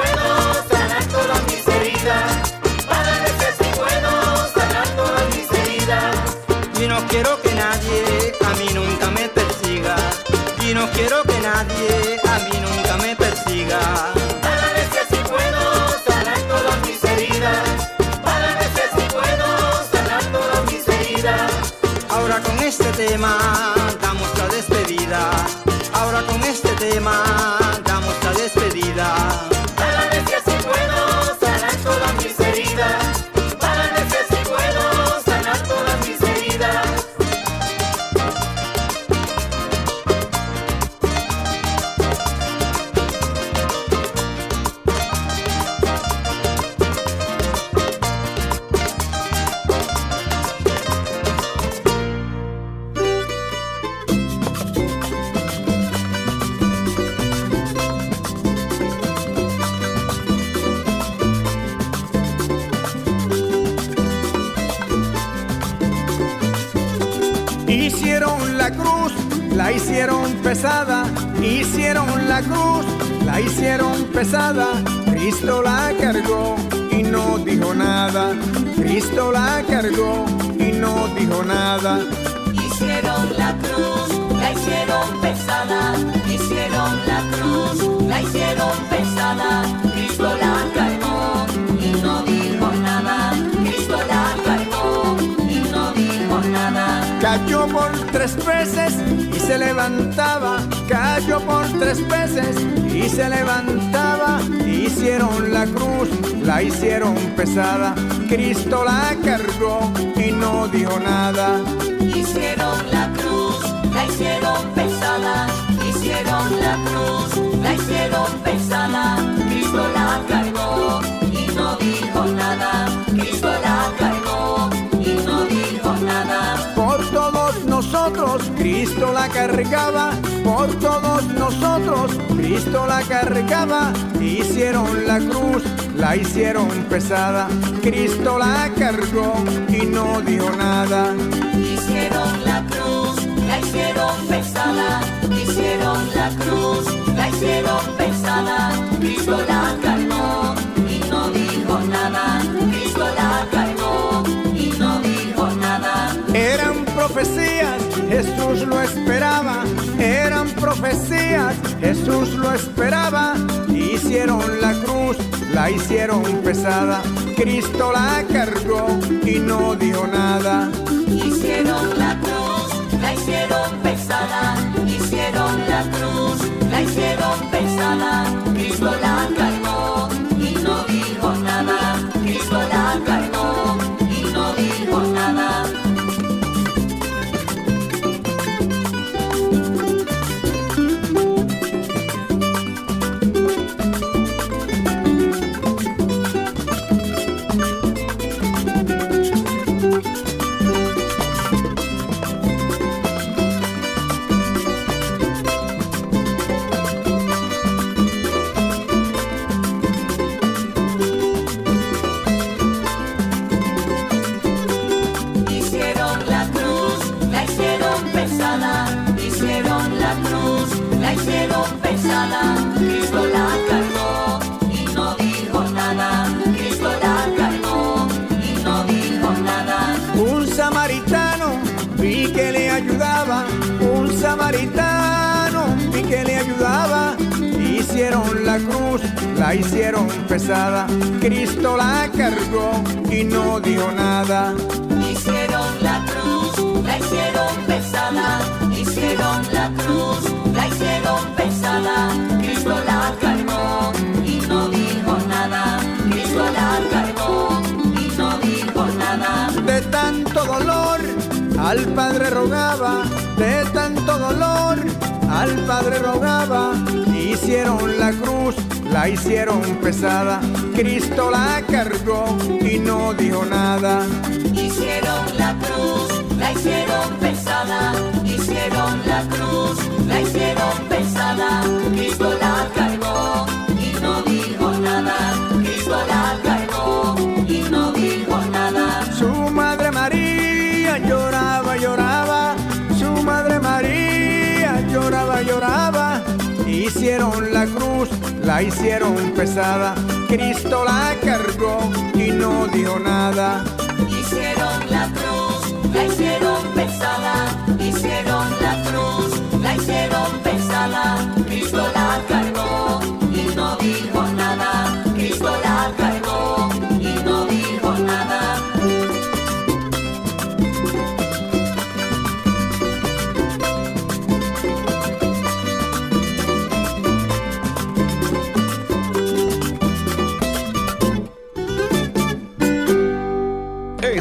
quiero que nadie a mí nunca me persiga. Para ver si así puedo sanar todas mis heridas. Para ver si así puedo sanar todas mis heridas. Ahora con este tema damos la despedida. Ahora con este tema damos la despedida. Para ver si así puedo sanar todas mis heridas. Para ver si así puedo sanar todas mis heridas. Hicieron la cruz, la hicieron pesada, hicieron la cruz, la hicieron pesada, Cristo la cargó y no dijo nada, Cristo la cargó y no dijo nada. Hicieron la cruz, la hicieron pesada. Hicieron la cruz, la hicieron pesada. Cristo la cargó y no dijo nada. Cristo la cargó y no dijo nada. Cayó por tres veces y se levantaba, cayó por tres veces y se levantaba. Hicieron la cruz, la hicieron pesada, Cristo la cargó y no dijo nada. Hicieron la cruz, la hicieron pesada. Hicieron la cruz, la hicieron pesada. Cristo la cargó y no dijo nada. Cristo la cargó y no dijo nada. Por todos nosotros Cristo la cargaba, por todos nosotros Cristo la cargaba. Hicieron la cruz, la hicieron pesada, Cristo la cargó y no dijo nada. Hicieron la cruz, la hicieron pesada. Hicieron la cruz, la hicieron pesada. Cristo la cargó y no dijo nada. Cristo la cargó y no dijo nada. Eran profecías, Jesús lo esperaba. Eran profecías, Jesús lo esperaba. Hicieron la cruz, la hicieron pesada, Cristo la cargó y no dijo nada. Hicieron la cruz, la hicieron pesada. Hicieron la cruz, la hicieron pesada. Cristo la cargó y no dijo nada. Cristo la cargó y no dijo nada. Cristo la cargó y no dijo nada. Cristo la cargó y no dijo nada. Un samaritano vi que le ayudaba, un samaritano vi que le ayudaba. Hicieron la cruz, la hicieron pesada, Cristo la cargó y no dijo nada. Hicieron la cruz, la hicieron pesada. Hicieron la cruz, la hicieron pesada. Cristo la cargó y no dijo nada. Cristo la cargó y no dijo nada. De tanto dolor al Padre rogaba, de tanto dolor al Padre rogaba. Hicieron la cruz, la hicieron pesada, Cristo la cargó y no dijo nada. Hicieron la cruz, la hicieron pesada. Hicieron la cruz, la hicieron pesada. Cristo la cargó y no dijo nada. Cristo la cargó y no dijo nada. Su madre María lloraba, lloraba. Su madre María lloraba, lloraba. Hicieron la cruz, la hicieron pesada, Cristo la cargó y no dijo nada. Hicieron la cruz, la hicieron pesada. Hicieron la cruz, la hicieron pesada.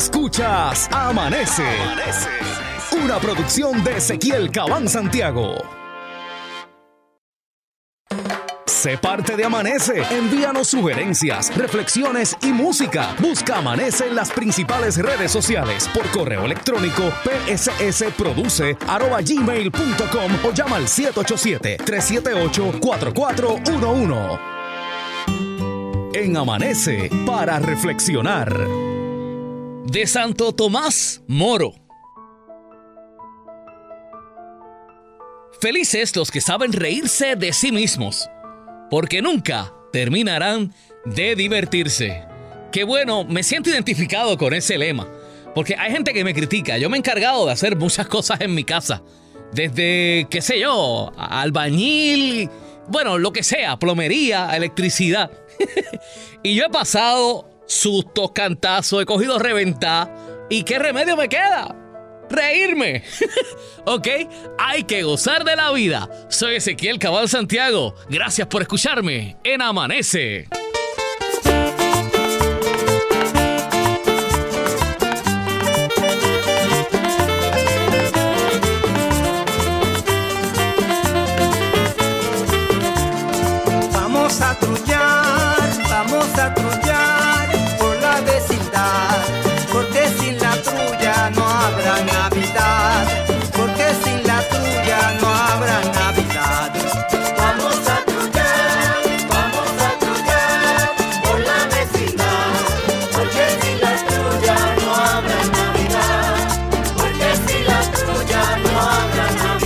Escuchas Amanece, Amanece, una producción de Ezequiel Cabán Santiago. Sé parte de Amanece. Envíanos sugerencias, reflexiones y música. Busca Amanece en las principales redes sociales por correo electrónico p s s produce arroba gmail punto com o llama al siete ocho siete, tres siete ocho, cuatro cuatro uno uno. En Amanece para reflexionar. De Santo Tomás Moro. Felices los que saben reírse de sí mismos, porque nunca terminarán de divertirse. Qué bueno, me siento identificado con ese lema, porque hay gente que me critica. Yo me he encargado de hacer muchas cosas en mi casa, desde, qué sé yo, albañil, bueno, lo que sea, plomería, electricidad. Y yo he pasado sustos, cantazos, he cogido reventar. ¿Y qué remedio me queda? Reírme. ¿Ok? Hay que gozar de la vida. Soy Ezequiel Cabán Santiago. Gracias por escucharme en Amanece. Vamos a trullar, vamos a trullar por la vecindad, porque sin la trulla no habrá Navidad, porque sin la trulla no habrá Navidad. Vamos a trullar, vamos a trullar por la vecindad, porque sin la trulla no habrá Navidad, porque sin la trulla no habrá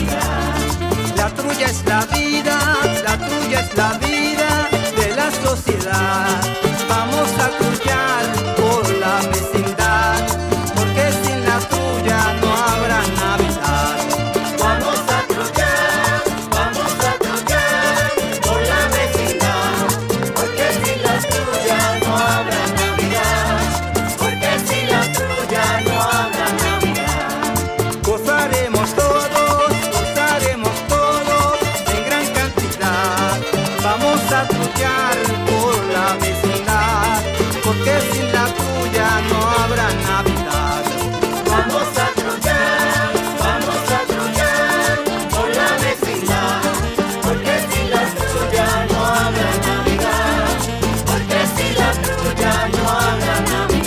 Navidad. La trulla es la vida, la trulla es la vida de la sociedad. Vamos a trullar por la vecindad, porque sin la trulla no habrá Navidad. Vamos a trullar, vamos a trullar por la vecindad, porque sin la trulla no habrá Navidad, porque sin la trulla no habrá Navidad. Gozaremos todos, gozaremos todos en gran cantidad. Vamos a trullar por la vecindad, porque sin la trulla no habrá Navidad. Vamos a trullar, vamos a trullar por la vecindad, porque sin la trulla no habrá Navidad, porque sin la trulla no habrá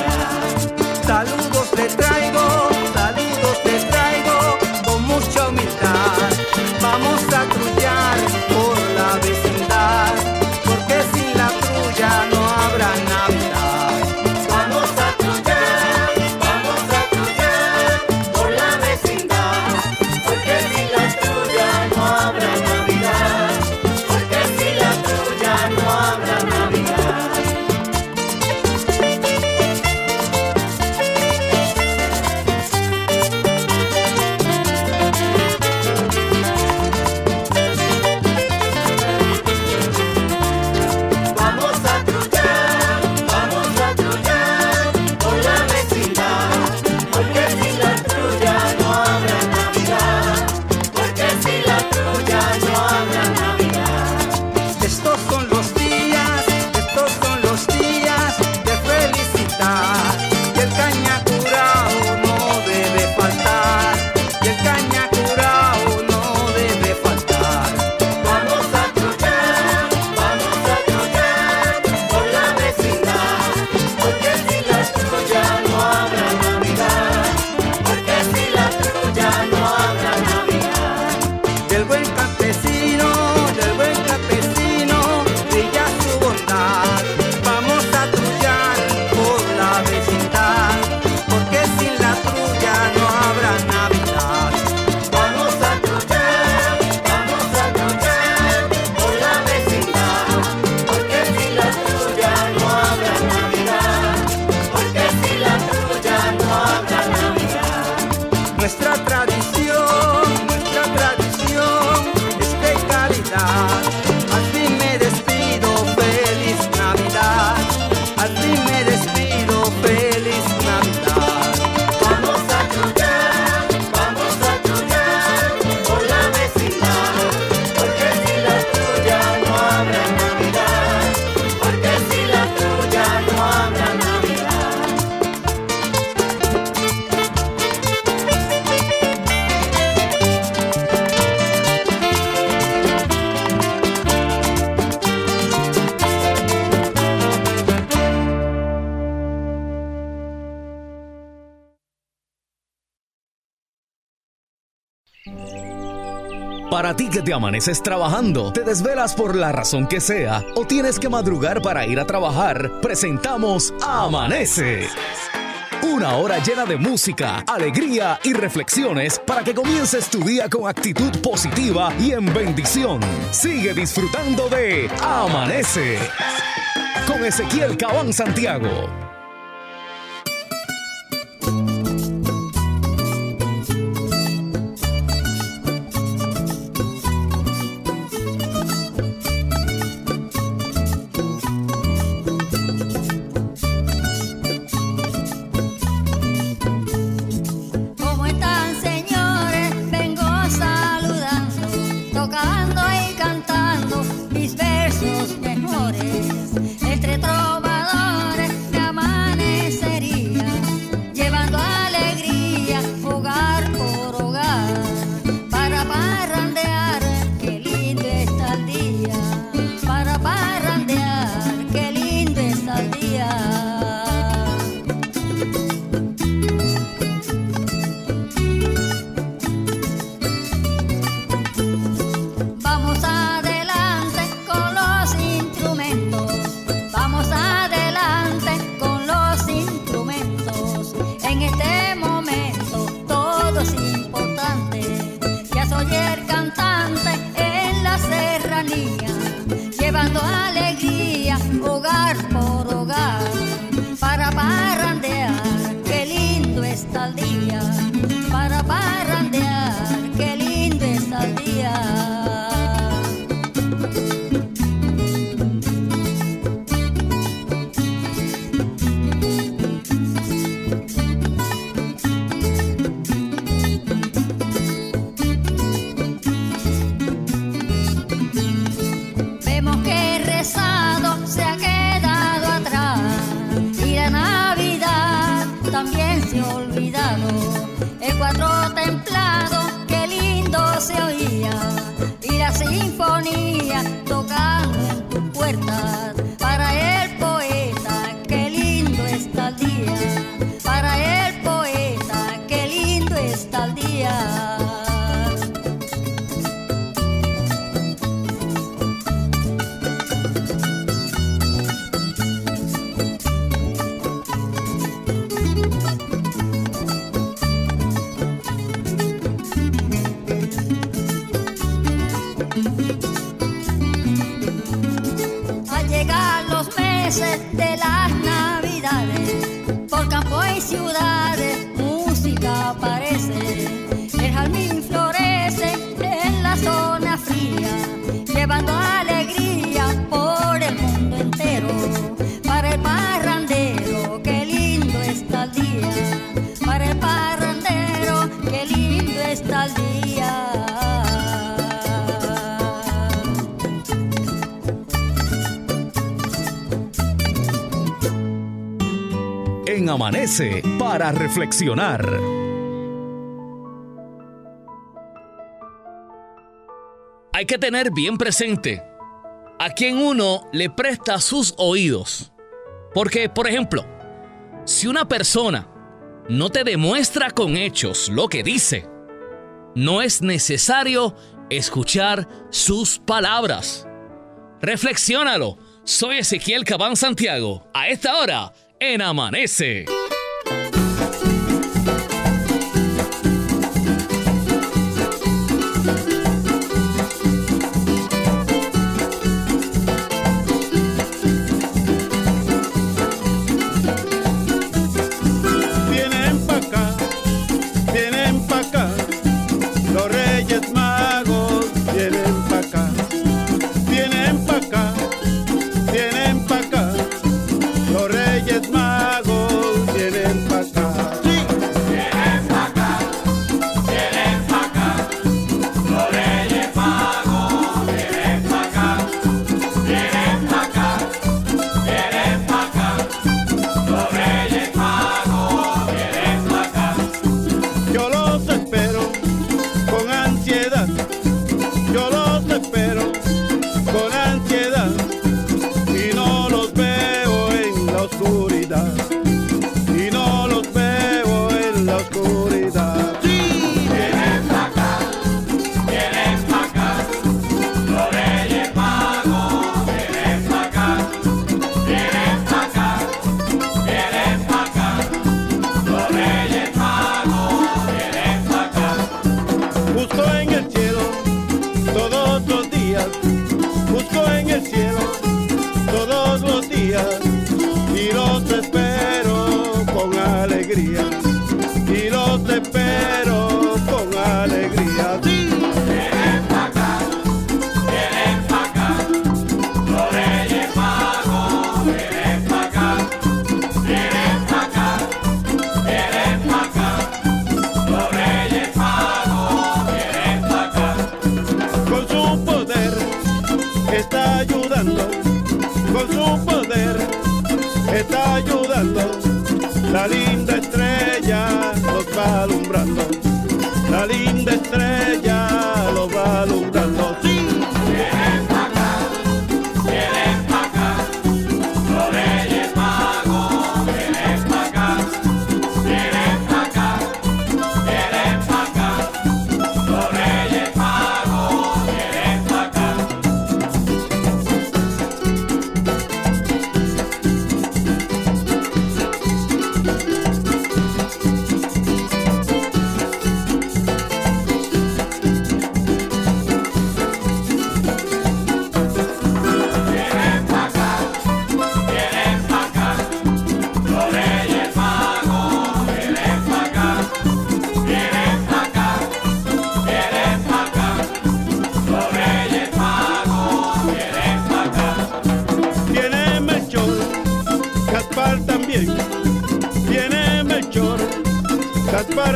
Navidad. Saludos le traigo, saludos le traigo con mucha humildad. Vamos a trullar por la vecindad, porque sin la trulla no habrá Navidad. Vamos a trullar, vamos a trullar por la vecindad, porque sin la trulla no habrá Navidad, porque sin la trulla no habrá Navidad. Vamos a trullar, vamos a trullar por la vecindad, porque sin la trulla no habrá Navidad, porque sin la trulla no habrá Navidad. Estos son los días, estos son los días de felicitar. Y el caña curao no debe faltar, y el caña curao no debe faltar. Vamos a trullar, vamos a trullar por la vecindad, porque sin la trulla no habrá Navidad, porque sin la trulla no habrá Navidad. Del buen campesino, del buen campesino, brilla su bondad. Vamos a trullar por la vecindad, porque sin la trulla no habrá Navidad. Vamos a trullar, vamos a trullar por la vecindad, porque sin la trulla no habrá Navidad, porque sin la trulla no habrá Navidad. Nuestra tradición, nuestra tradición Para ti que te amaneces trabajando, te desvelas por la razón que sea o tienes que madrugar para ir a trabajar, presentamos Amanece. Una hora llena de música, alegría y reflexiones para que comiences tu día con actitud positiva y en bendición. Sigue disfrutando de Amanece con Ezequiel Cabán Santiago. Llevando alegría, hogar por hogar, para parrandear, qué lindo está el día, para parrandear, qué lindo está el día. También se ha olvidado el cuatro templado, qué lindo se oía, y la sinfonía tocando en tus puertas. Para el poeta, qué lindo está el día, para el poeta, qué lindo está el día. De las navidades, por campo y ciudades, música aparece, el jazmín florece en la zona fría, llevando alegría por el mundo entero, para el parrandero, qué lindo está el día, para el parrandero, qué lindo está el día. En Amanece para reflexionar. Hay que tener bien presente a quien uno le presta sus oídos. Porque, por ejemplo, si una persona no te demuestra con hechos lo que dice, no es necesario escuchar sus palabras. Reflexiónalo. Soy Ezequiel Cabán Santiago. A esta hora, en Amanece. Vienen pa' acá, vienen pa' acá, los Reyes Magos vienen pa' acá, vienen pa' acá, vienen pa' acá, los Reyes Magos vienen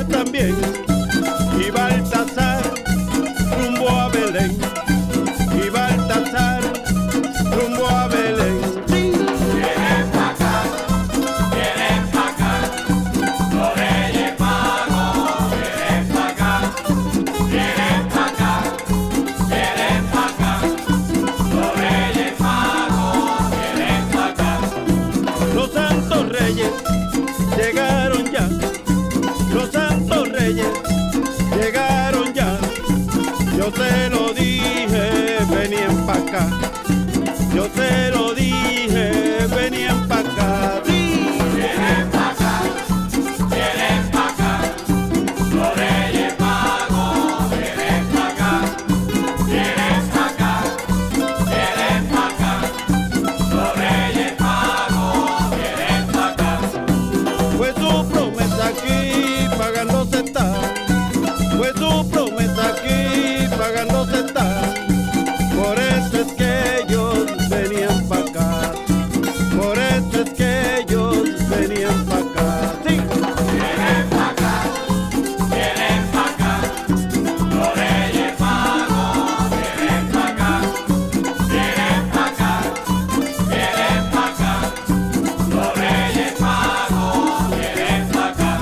pues también. Y Baltasar rumbo a Belén. Y Baltasar rumbo a Belén. Sí. Vienen pa' acá, vienen pa' acá, los Reyes Magos. Vienen pa' acá, vienen pa' acá, vienen pa' acá, los Reyes Magos. Vienen pa' acá. Los santos reyes llegaron ya. Los santos reyes llegaron ya. Yo te lo dije, venían pa' acá. Yo te lo dije, venían pa' acá. Sí. Vienen pa' acá, vienen pa' acá, los Reyes Magos. Vienen pa' acá, vienen pa' acá, vienen pa' acá, los Reyes Magos. Vienen pa' acá. Fue su promesa aquí, pagándose está. Fue su promesa aquí, pagándose está. Por eso es que ellos venían pa' acá. Por eso es que ellos venían pa' acá. Sí. Vienen pa' acá, vienen pa' acá, los Reyes Magos. Vienen pa' acá, vienen pa' acá, vienen pa' acá, los Reyes Magos. Vienen pa' acá.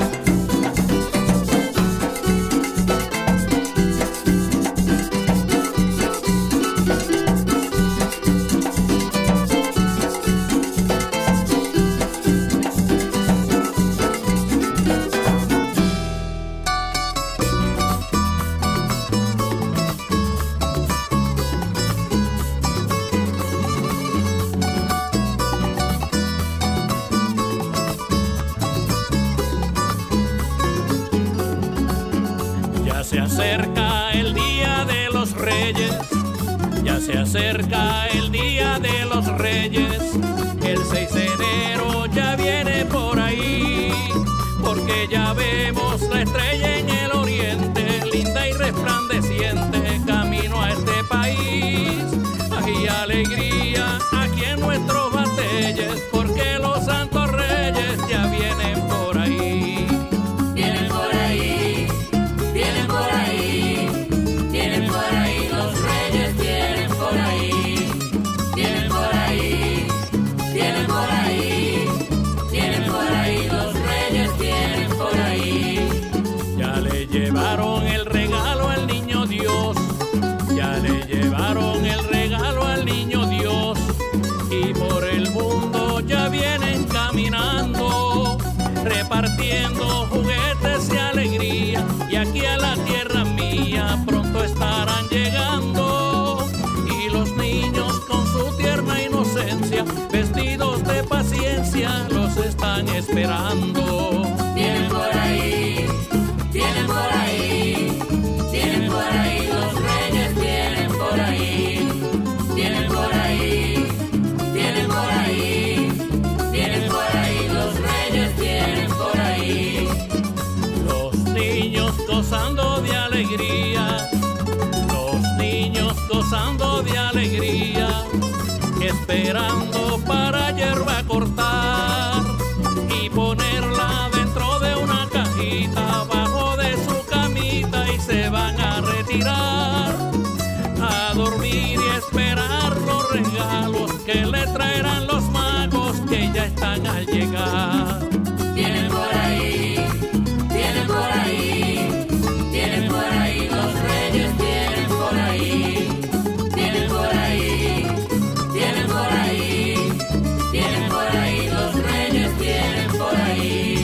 Ya se acerca el día de los reyes, ya se acerca el día de los reyes. El seis de enero ya viene por ahí, porque ya vemos la estrella en el oriente, linda y resplandeciente, camino a este país. Hay alegría aquí en nuestros batalles, porque los santos reyes ya vienen por ahí. Vienen por ahí, vienen por ahí, vienen por ahí, los reyes vienen por ahí, vienen por ahí, vienen por ahí, vienen por ahí, los reyes vienen por ahí. Ya le llevaron el regalo al niño Dios, ya le llevaron el regalo al niño Dios, y por el mundo ya vienen caminando, repartiendo juguetes y alegría, y aquí a la tierra mía pronto estarán llegando, y los niños con su tierna inocencia, vestidos de paciencia, los están esperando. Vienen por ahí, vienen por ahí, vienen por ahí, los reyes vienen por ahí, vienen por ahí, vienen por ahí, vienen por ahí, los reyes vienen por ahí. Los niños gozando de alegría, los niños gozando de alegría, esperando para hierba cortar y ponerla dentro de una cajita, abajo de su camita, y se van a retirar a dormir y esperar los regalos que le traerán los magos que ya están al llegar. Vienen por ahí, vienen por ahí, vienen por ahí, los reyes vienen por ahí, vienen por ahí, vienen por ahí, vienen por ahí, los reyes vienen por ahí.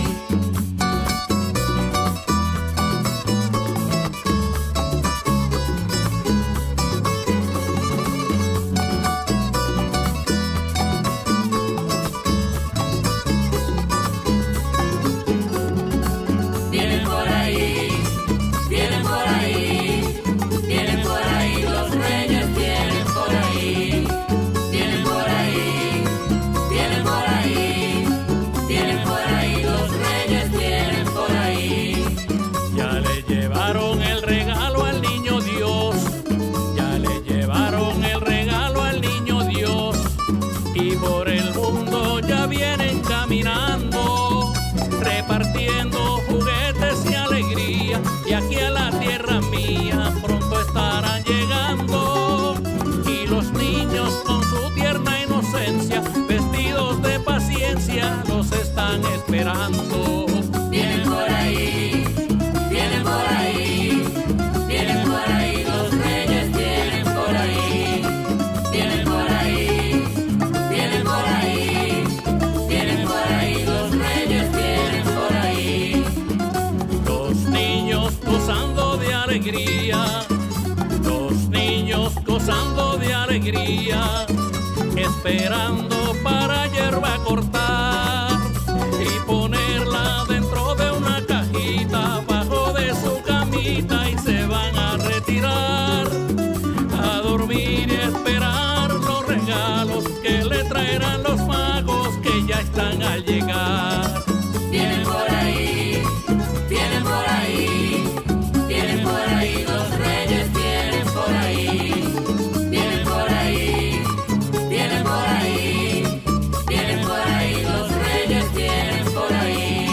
alegría, esperando para hierba cortar y ponerla dentro de una cajita bajo de su camita, y se van a retirar a dormir y esperar los regalos que le traerán los magos que ya están al llegar. Vienen por ahí, vienen por ahí, vienen por ahí los reyes, vienen por ahí, vienen por ahí, vienen por ahí, vienen por ahí los reyes, vienen por ahí.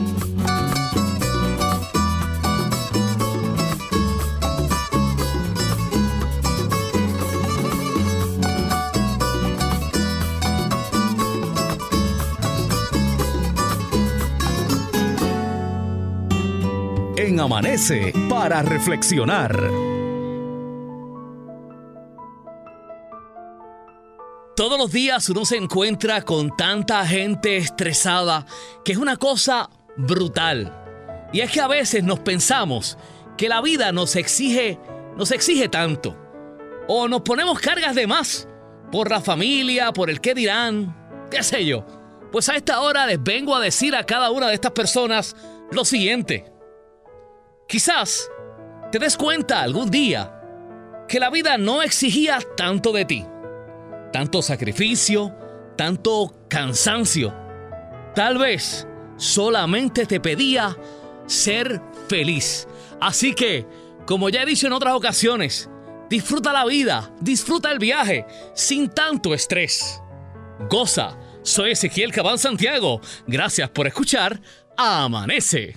En Amanece para reflexionar. Todos los días uno se encuentra con tanta gente estresada que es una cosa brutal. Y es que a veces nos pensamos que la vida nos exige, nos exige tanto. O nos ponemos cargas de más por la familia, por el qué dirán, qué sé yo. Pues a esta hora les vengo a decir a cada una de estas personas lo siguiente. Quizás te des cuenta algún día que la vida no exigía tanto de ti. Tanto sacrificio, tanto cansancio. Tal vez solamente te pedía ser feliz. Así que, como ya he dicho en otras ocasiones, disfruta la vida, disfruta el viaje, sin tanto estrés. Goza. Soy Ezequiel Cabán Santiago. Gracias por escuchar Amanece.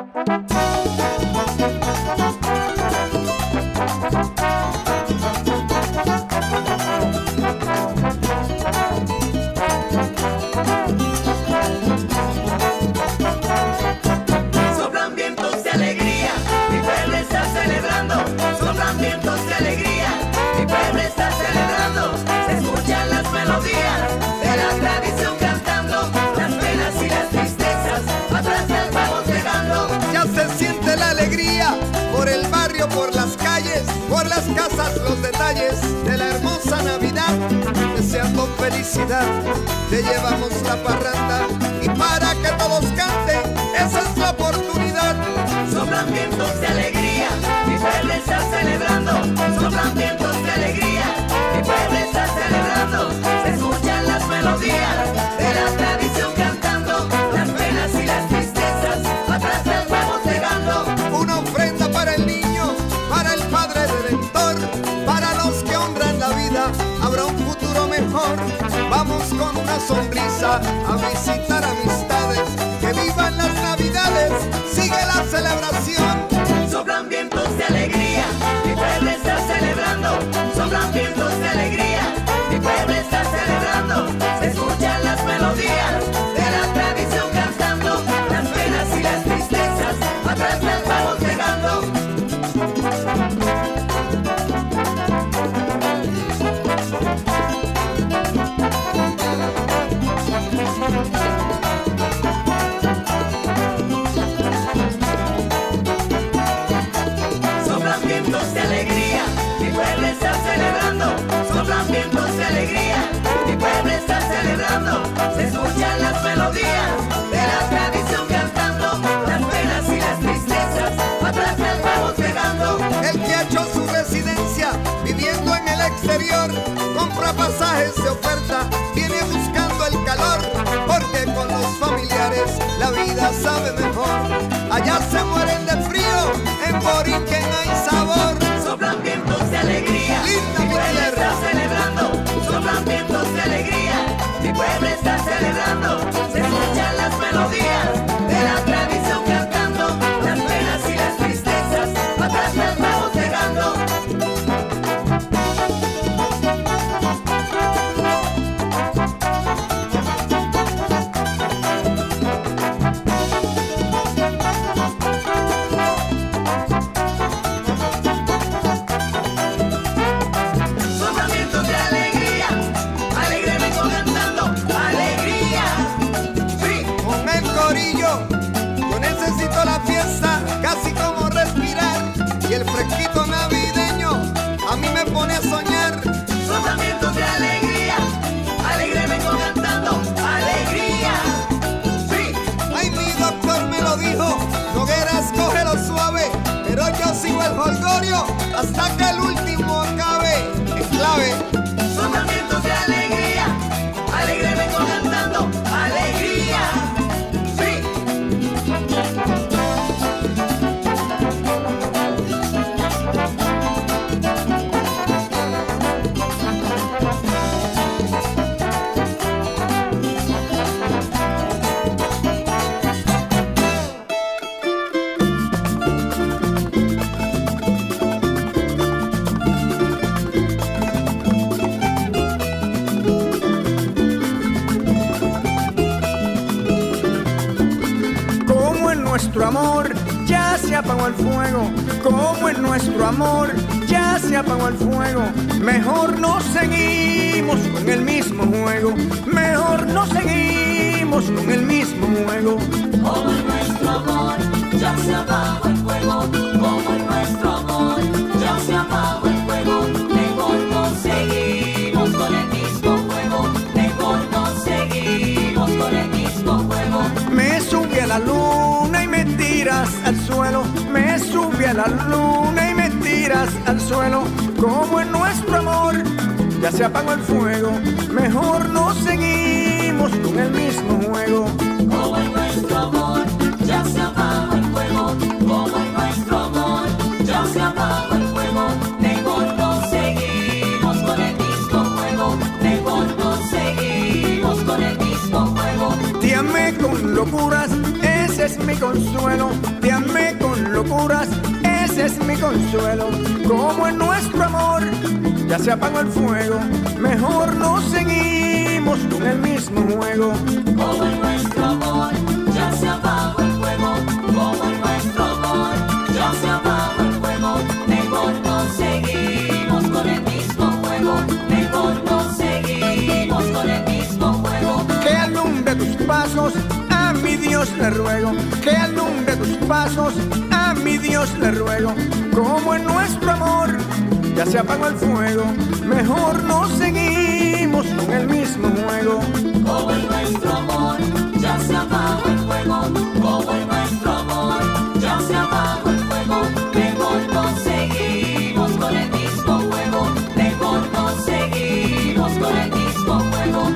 Soplan vientos de alegría, mi pueblo está celebrando. Soplan vientos de alegría, mi pueblo está celebrando. Se escuchan las melodías de la tradición cantando, las penas y las tristezas atrás del vamos dejando. Ya se siente la alegría por el barrio, por las calles, por las casas, los detalles de la hermosa Navidad. Deseando felicidad, te llevamos la parranda y para que todos canten, esa es la oportunidad. Soplan vientos de alegría, mi pueblo está celebrando. Soplan vientos de alegría, mi pueblo está celebrando. Se escuchan las melodías de la tradición cantando, las penas y las tristezas atrás del vamos dejando. Una ofrenda para el niño, para el Padre Redentor, para los que honran la vida, habrá un futuro mejor. Vamos con una sonrisa a visitar amistades, que vivan las Navidades, sigue la celebración. Soplan vientos de alegría, mi pueblo está celebrando. Soplan vientos de alegría, mi pueblo está celebrando. Se escuchan las melodías de la tradición cantando, las penas y las tristezas atrás del vamos dejando. Soplan vientos de alegría, mi pueblo está celebrando. Soplan vientos de alegría, mi pueblo está celebrando. Se escuchan las melodías de la tradición cantando, las penas y las tristezas atrás del vamos dejando. El que ha hecho su residencia viviendo en el exterior, compra pasajes de oferta, viene buscando el calor, porque con los familiares la vida sabe mejor. Allá se mueren de frío, en Borinquen hay sabor. Soplan vientos de alegría, Linda mi mi pueblo tierra. está celebrando. Soplan vientos de alegría, mi pueblo está celebrando. Se escuchan las melodías de la tradición cantando, las penas y las tristezas atrás del vamos dejando. Soplan vientos de alegría, alegre vengo cantando, alegría. Sí. Con el corillo, yo necesito la fiesta, casi como respirar. Y el fresquito navideño a mí me pone a soñar. Soplan de alegría, alegre vengo cantando, alegría. Sí, ay, mi doctor me lo dijo, Nogueras, cógelo suave, pero yo sigo el jolgorio hasta que el último acabe. Es clave. Son vientos de alegría, alegre vengo cantando, alegría. Sí. Nuestro amor ya se apagó el fuego, como en nuestro amor ya se apagó el fuego. Mejor no seguimos con el mismo juego, mejor no seguimos con el mismo juego. Como en nuestro amor ya se apagó el fuego, como en nuestro amor ya se apagó el fuego. Mejor no seguimos con el mismo juego, mejor no seguimos con el mismo juego. Me sube a la luna y me tiras al suelo, me sube a la luna y me tiras al suelo. Como en nuestro amor ya se apagó el fuego, mejor no seguimos con el mismo juego. Como en nuestro amor ya se apagó el fuego, como en nuestro amor ya se apagó el fuego. Mejor no seguimos con el mismo juego, mejor no seguimos con el mismo juego. Te amé con locuras, ese es mi consuelo. Te amé con locuras, ese es mi consuelo. Como en nuestro amor ya se apagó el fuego, mejor no seguimos con el mismo juego. Como en nuestro amor ya se apagó el fuego, como en nuestro amor ya se apagó el fuego. Mejor no seguimos con el mismo juego, mejor no seguimos con el mismo juego. Que alumbre tus pasos, a mi Dios le ruego. Que alumbre tus pasos, a mi Dios le ruego. Como en nuestro amor ya se apagó el fuego, mejor no seguimos con el mismo juego. Como en nuestro amor ya se apagó el fuego, como en nuestro amor ya se apagó el fuego. Mejor no seguimos con el mismo juego, mejor no seguimos con el mismo juego.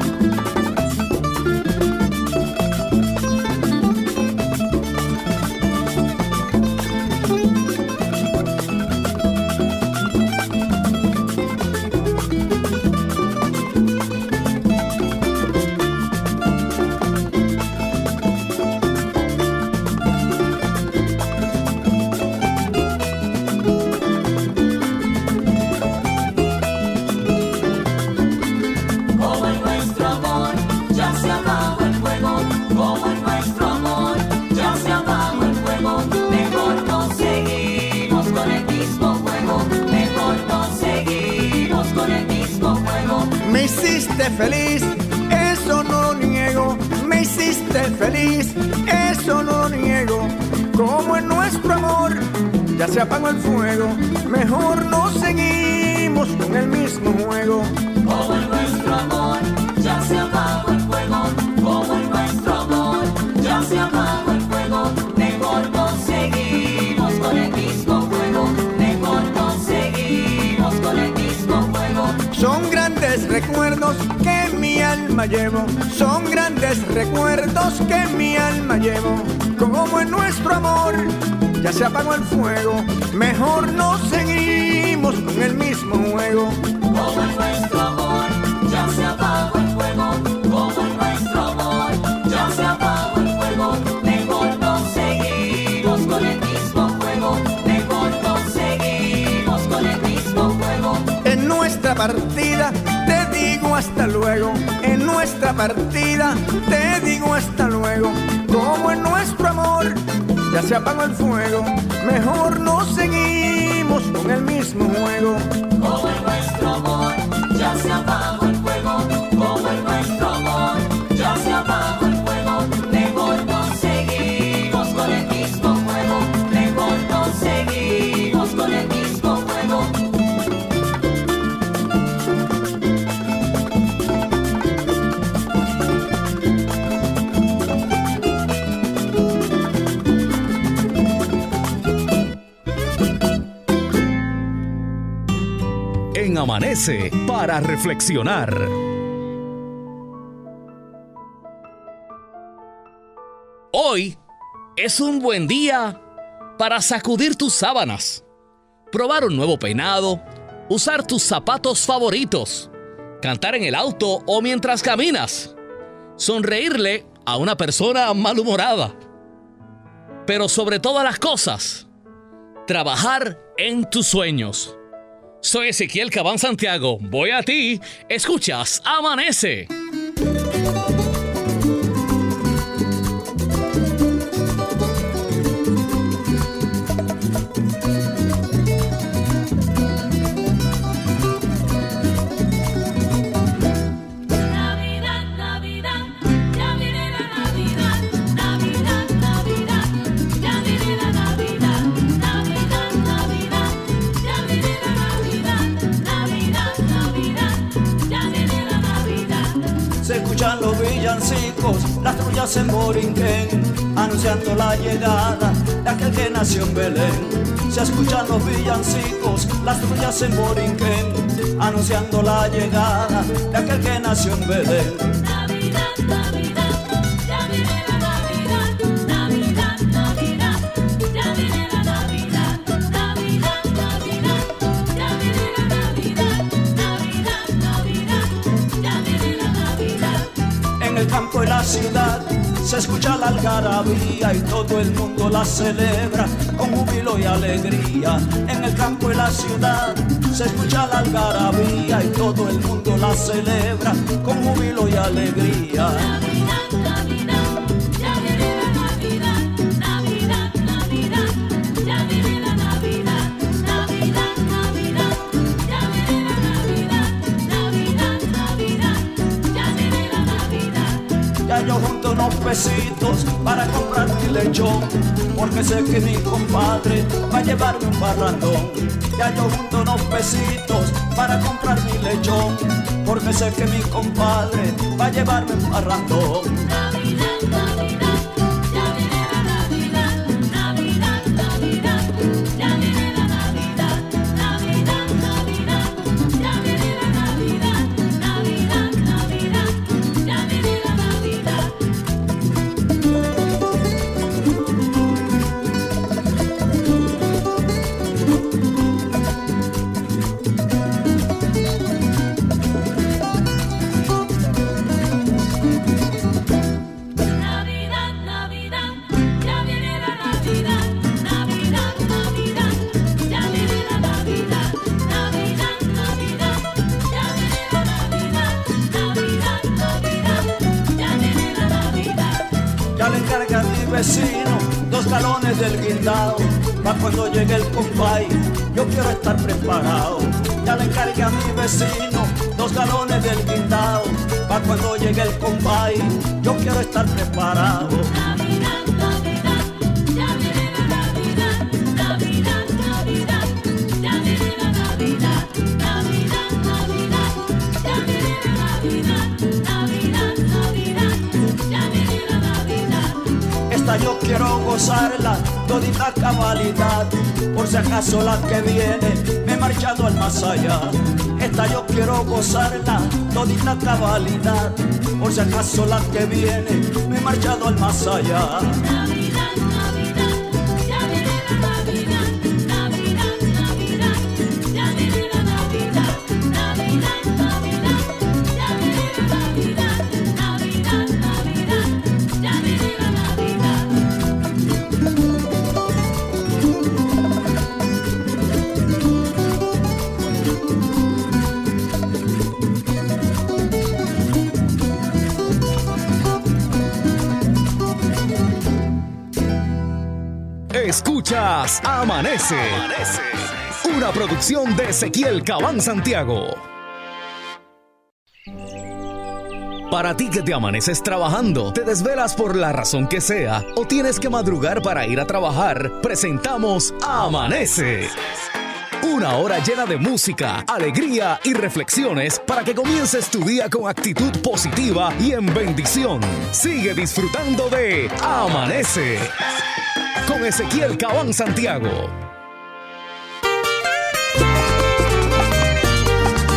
Me hiciste feliz, eso no lo niego. Me hiciste feliz, eso no lo niego. Como en nuestro amor ya se apagó el fuego, mejor no seguimos con el mismo juego. Como en nuestro amor ya se apagó el fuego, como en nuestro amor ya se apagó el fuego. Mejor no seguimos con el mismo juego, mejor no seguimos con el mismo juego. Son grandes recuerdos que mi alma llevo, son grandes recuerdos que mi alma llevo. Como en nuestro amor ya se apagó el fuego, mejor no seguimos con el mismo juego. Como en nuestro amor ya se apagó el fuego, como en nuestro amor ya se apagó el fuego. Mejor no seguimos con el mismo juego, mejor no seguimos con el mismo juego. En nuestra partida te digo hasta luego, en nuestra partida te digo hasta luego. Como en nuestro amor ya se apagó el fuego, mejor no seguimos con el mismo juego. Como en nuestro amor ya se apagó el fuego, como en nuestro amor ya se apagó el fuego. Mejor no seguimos con el mismo juego, mejor no seguimos con el mismo juego. Amanece para reflexionar. Hoy es un buen día para sacudir tus sábanas, probar un nuevo peinado, usar tus zapatos favoritos, cantar en el auto o mientras caminas, sonreírle a una persona malhumorada. Pero sobre todas las cosas, trabajar en tus sueños. Soy Ezequiel Cabán Santiago. Voy a ti. Escuchas Amanece. Los villancicos, las trullas en Borinquen, anunciando la llegada de aquel que nació en Belén. Se escuchan los villancicos, las trullas en Borinquen, anunciando la llegada de aquel que nació en Belén. Navidad, Navidad, ya viene la Navidad. Navidad, Navidad, ya viene la Navidad. Navidad, Navidad, ya viene la Navidad. Navidad, Navidad, ya viene la Navidad. En el campo y la ciudad se escucha la algarabía y todo el mundo la celebra con júbilo y alegría. En el campo y la ciudad se escucha la algarabía y todo el mundo la celebra con júbilo y alegría. Navidad, Navidad, ya viene la Navidad. Navidad, Navidad, ya viene la Navidad. Navidad, Navidad, ya viene la Navidad. Navidad, Navidad, ya viene la Navidad. Ya yo junto unos pesitos para comprar mi lechón, porque sé que mi compadre va a llevarme un parrandón. Ya yo junto unos pesitos para comprar mi lechón, porque sé que mi compadre va a llevarme un parrandón. Navidad, Navidad, ya viene la Navidad. Navidad, Navidad, ya viene la Navidad. Navidad, Navidad, ya viene la Navidad. Navidad, Navidad, ya viene la Navidad. Navidad, Navidad, ya viene la Navidad. Navidad, Navidad, ya viene la Navidad. Navidad, Navidad, ya viene la Navidad. Navidad, Navidad, ya viene la Navidad. Ya le encarga a mi vecino dos galones del guindao, pa' cuando llegue el compay, yo quiero estar preparado. Ya le encargué a mi vecino dos galones del guindao, pa' cuando llegue el compay, yo quiero estar preparado. Navidad, Navidad, ya viene la Navidad. Navidad, Navidad, ya viene la Navidad. Navidad, Navidad, ya viene la Navidad. Navidad, Navidad, ya viene la Navidad. Esta yo quiero gozarla, todita cabalidad, por si acaso la que viene me he marchado al más allá. Esta yo quiero gozarla, todita cabalidad, por si acaso la que viene me he marchado al más allá. Navidad, Navidad, ya viene la Navidad. Navidad, Navidad, ya viene la Navidad. Navidad, Navidad, ya viene la Navidad. Navidad, Navidad, ya viene la Navidad. Escuchas Amanece. Amanece. Una producción de Ezequiel Cabán Santiago. Para ti que te amaneces trabajando, te desvelas por la razón que sea o tienes que madrugar para ir a trabajar, presentamos Amanece. Una hora llena de música, alegría y reflexiones para que comiences tu día con actitud positiva y en bendición. Sigue disfrutando de Amanece con Ezequiel Cabán Santiago.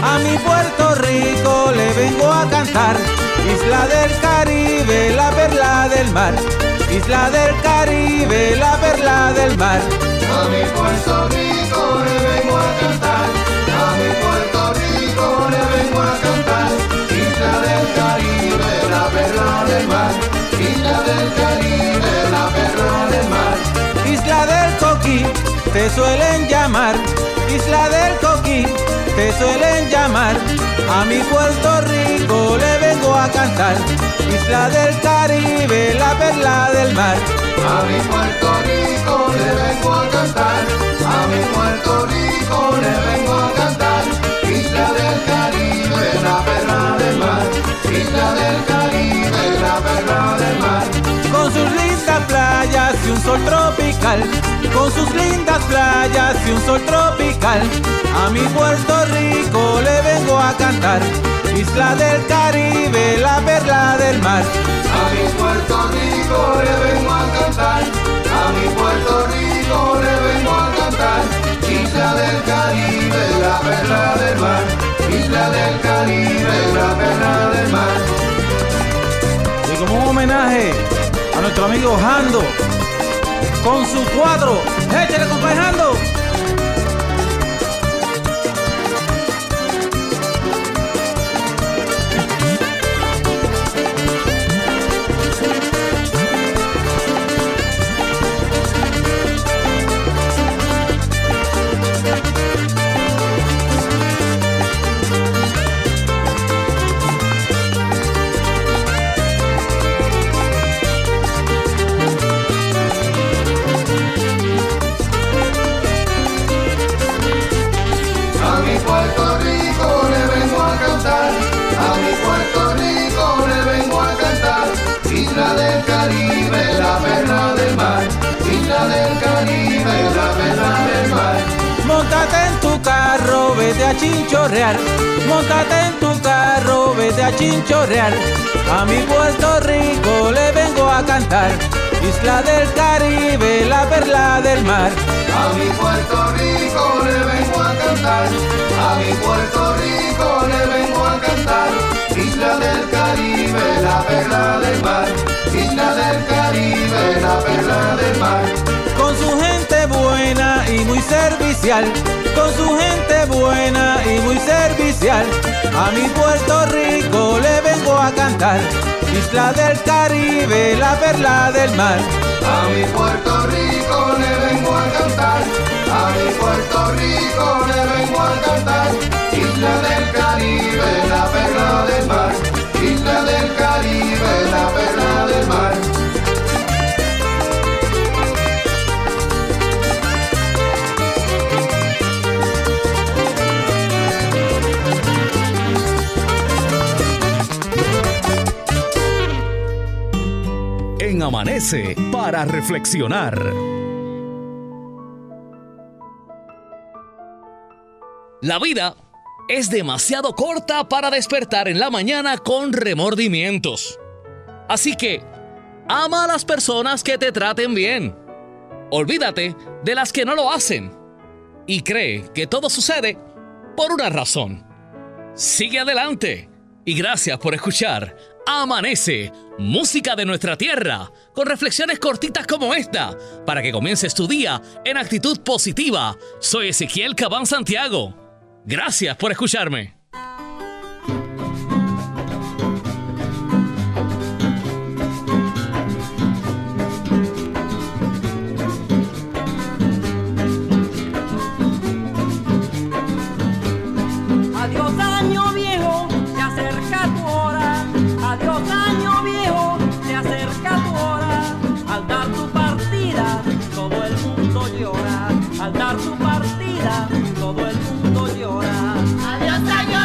A mi Puerto Rico le vengo a cantar. Isla del Caribe, la perla del mar. Isla del Caribe, la perla del mar. A mi Puerto Rico le vengo a cantar. A mi Puerto Rico le vengo a cantar. Isla del Caribe, la perla del mar. Isla del Caribe, la perla del mar. Isla del Coquí, te suelen llamar. Isla del Coquí, te suelen llamar. A mi Puerto Rico le vengo a cantar. Isla del Caribe, la perla del mar. A mi Puerto Rico le vengo a cantar. A mi Puerto Rico le vengo a cantar. Isla del Caribe, la perla del mar. Isla del Caribe, la perla del mar. Con sus lindas playas y un sol tropical. Con sus lindas playas y un sol tropical. A mi Puerto Rico le vengo a cantar. Isla del Caribe, la perla del mar. A mi Puerto Rico le vengo a cantar. A mi Puerto Rico le vengo a cantar. Isla del Caribe, la perla del mar. Isla del Caribe, la perla del mar. Y como un homenaje a nuestro amigo Jando, con sus cuatro, échale compadre Jando. Isla del Caribe, la perla del mar. Isla del Caribe, la perla del mar. Móntate en tu carro, vete a chinchorrear. Móntate en tu carro, vete a chinchorrear. A mi Puerto Rico le vengo a cantar. Isla del Caribe, la perla del mar. A mi Puerto Rico le vengo a cantar. A mi Puerto Rico le vengo a cantar. Isla del Caribe, la perla del mar. Isla del Caribe, la perla del mar. Con su gente buena y muy servicial. Con su gente buena y muy servicial. A mi Puerto Rico le vengo a cantar. Isla del Caribe, la perla del mar. A mi Puerto Rico le vengo a cantar. A mi Puerto Rico le vengo a cantar. Isla del Caribe, la perla del mar. Isla del Caribe, la perla del mar. En Amanece para reflexionar. La vida es demasiado corta para despertar en la mañana con remordimientos. Así que, ama a las personas que te traten bien. Olvídate de las que no lo hacen. Y cree que todo sucede por una razón. Sigue adelante. Y gracias por escuchar Amanece, música de nuestra tierra, con reflexiones cortitas como esta, para que comiences tu día en actitud positiva. Soy Ezequiel Cabán Santiago. Gracias por escucharme. Adiós año viejo, se acerca tu hora. Adiós año viejo, se acerca tu hora. Al dar tu partida, todo el mundo llora. Al dar tu partida, todo el mundo llora. Adiós año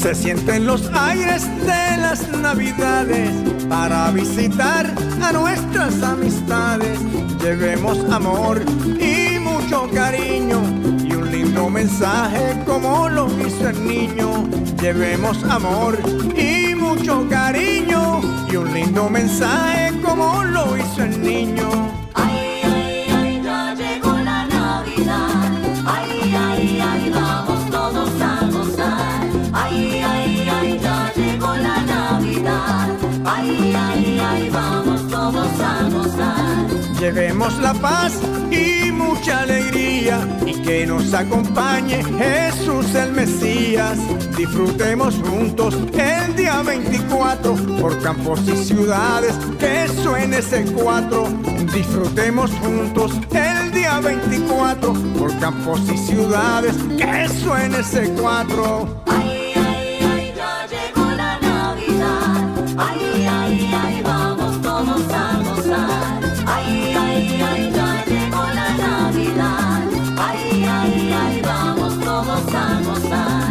Se sienten los aires de las navidades para visitar a nuestras amistades. Llevemos amor y mucho cariño y un lindo mensaje como lo hizo el niño. Llevemos amor y mucho cariño y un lindo mensaje como lo hizo el niño. Ay, ay, ay, ya llegó la Navidad. Ay, ay, ay, vamos todos a gozar. Ay, ay, ay, ya llegó la Navidad. Ay, ay, ay, vamos todos a gozar. Llevemos la paz y mucha alegría y que nos acompañe Jesús el Mesías. Disfrutemos juntos el día veinticuatro por campos y ciudades, que suene ese cuatro. Disfrutemos juntos el día veinticuatro por campos y ciudades, que suene ese cuatro. Ay, ay, ay, ya llegó la Navidad. Ay, ay, ay, vamos todos a gozar. Ay, ay, ay, ya llegó la Navidad. Ay, ay, ay, vamos todos a gozar.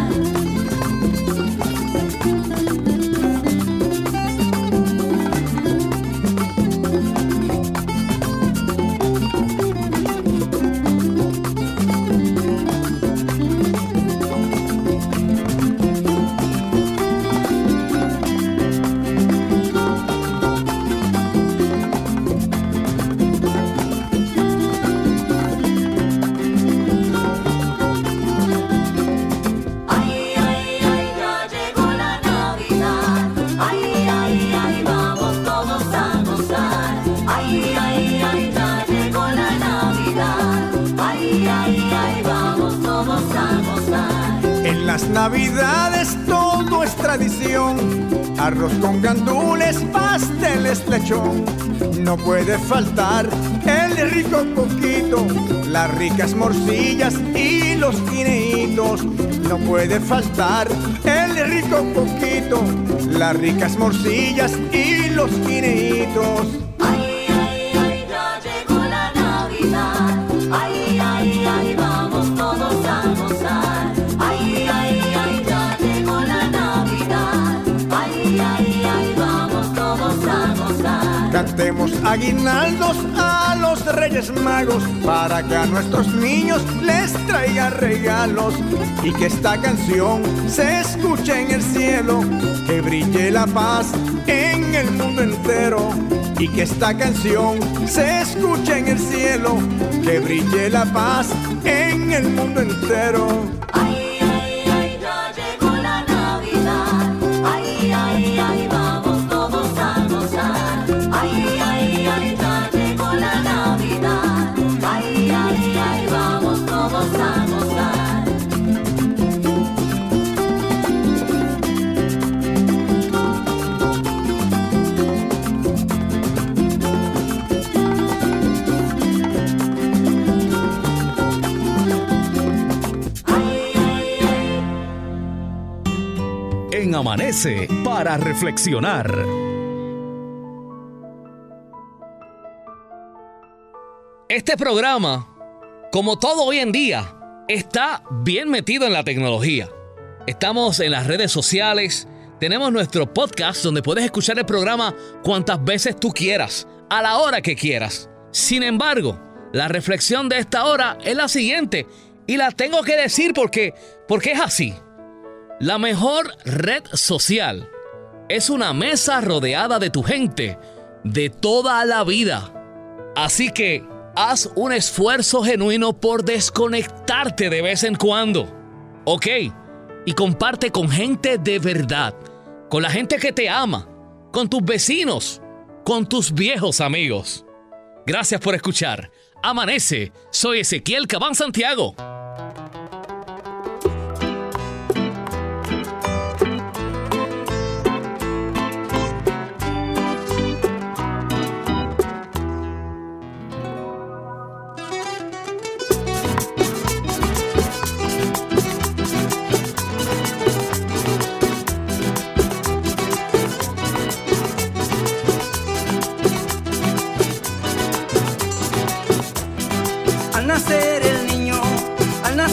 Las navidades todo es tradición, arroz con gandules, pasteles, lechón. No puede faltar el rico coquito, las ricas morcillas y los guineitos. No puede faltar el rico coquito, las ricas morcillas y los guineitos. Ay, ay, ay, ya llegó la Navidad. Ay, ay, ay, vamos todos a gozar. Ay, ay, ay, ya llegó la Navidad. Ay, ay, ay, vamos todos a gozar. Cantemos aguinaldos a los Reyes Magos para que a nuestros niños les traiga regalos y que esta canción se escuche en el cielo, que brille la paz en el mundo entero. Y que esta canción se escuche en el cielo, que brille la paz en el mundo entero. Ay, ay, ay, ya llegó la Navidad. Ay, ay, ay, vamos todos a gozar. Ay, ay, ay, ya llegó la Navidad. Ay, ay, ay, vamos todos a gozar. En Amanece para reflexionar. Este programa, como todo hoy en día, está bien metido en la tecnología. Estamos en las redes sociales, tenemos nuestro podcast donde puedes escuchar el programa cuantas veces tú quieras, a la hora que quieras. Sin embargo, la reflexión de esta hora es la siguiente, y la tengo que decir porque, porque es así. La mejor red social es una mesa rodeada de tu gente de toda la vida. Así que haz un esfuerzo genuino por desconectarte de vez en cuando. ¿Ok? Y comparte con gente de verdad, con la gente que te ama, con tus vecinos, con tus viejos amigos. Gracias por escuchar. Amanece. Soy Ezequiel Cabán Santiago. Al nacer el niño, al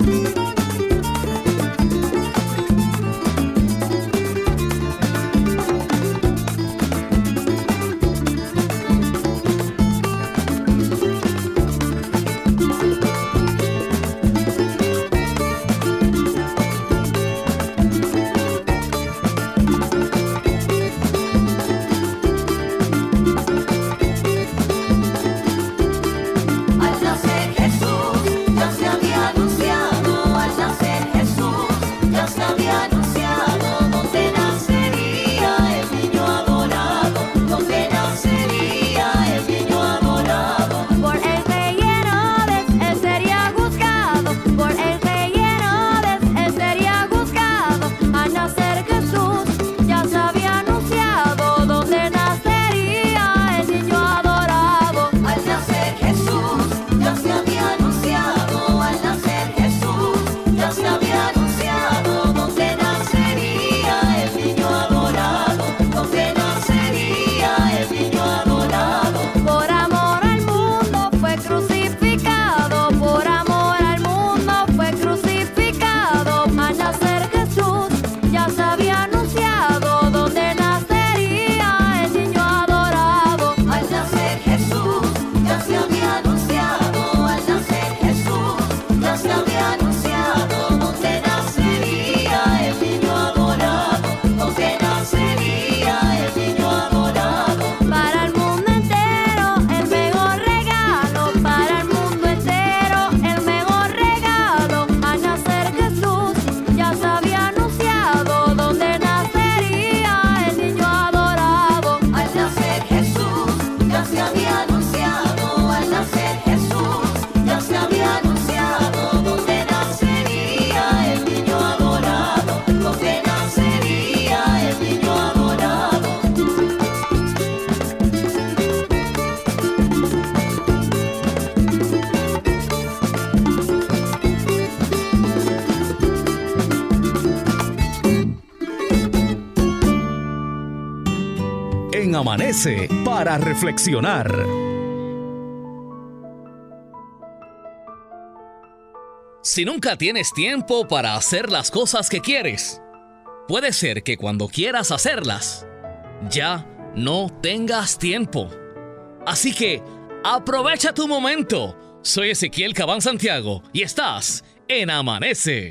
Amanece para reflexionar. Si nunca tienes tiempo para hacer las cosas que quieres, puede ser que cuando quieras hacerlas, ya no tengas tiempo. Así que aprovecha tu momento. Soy Ezequiel Cabán Santiago y estás en Amanece.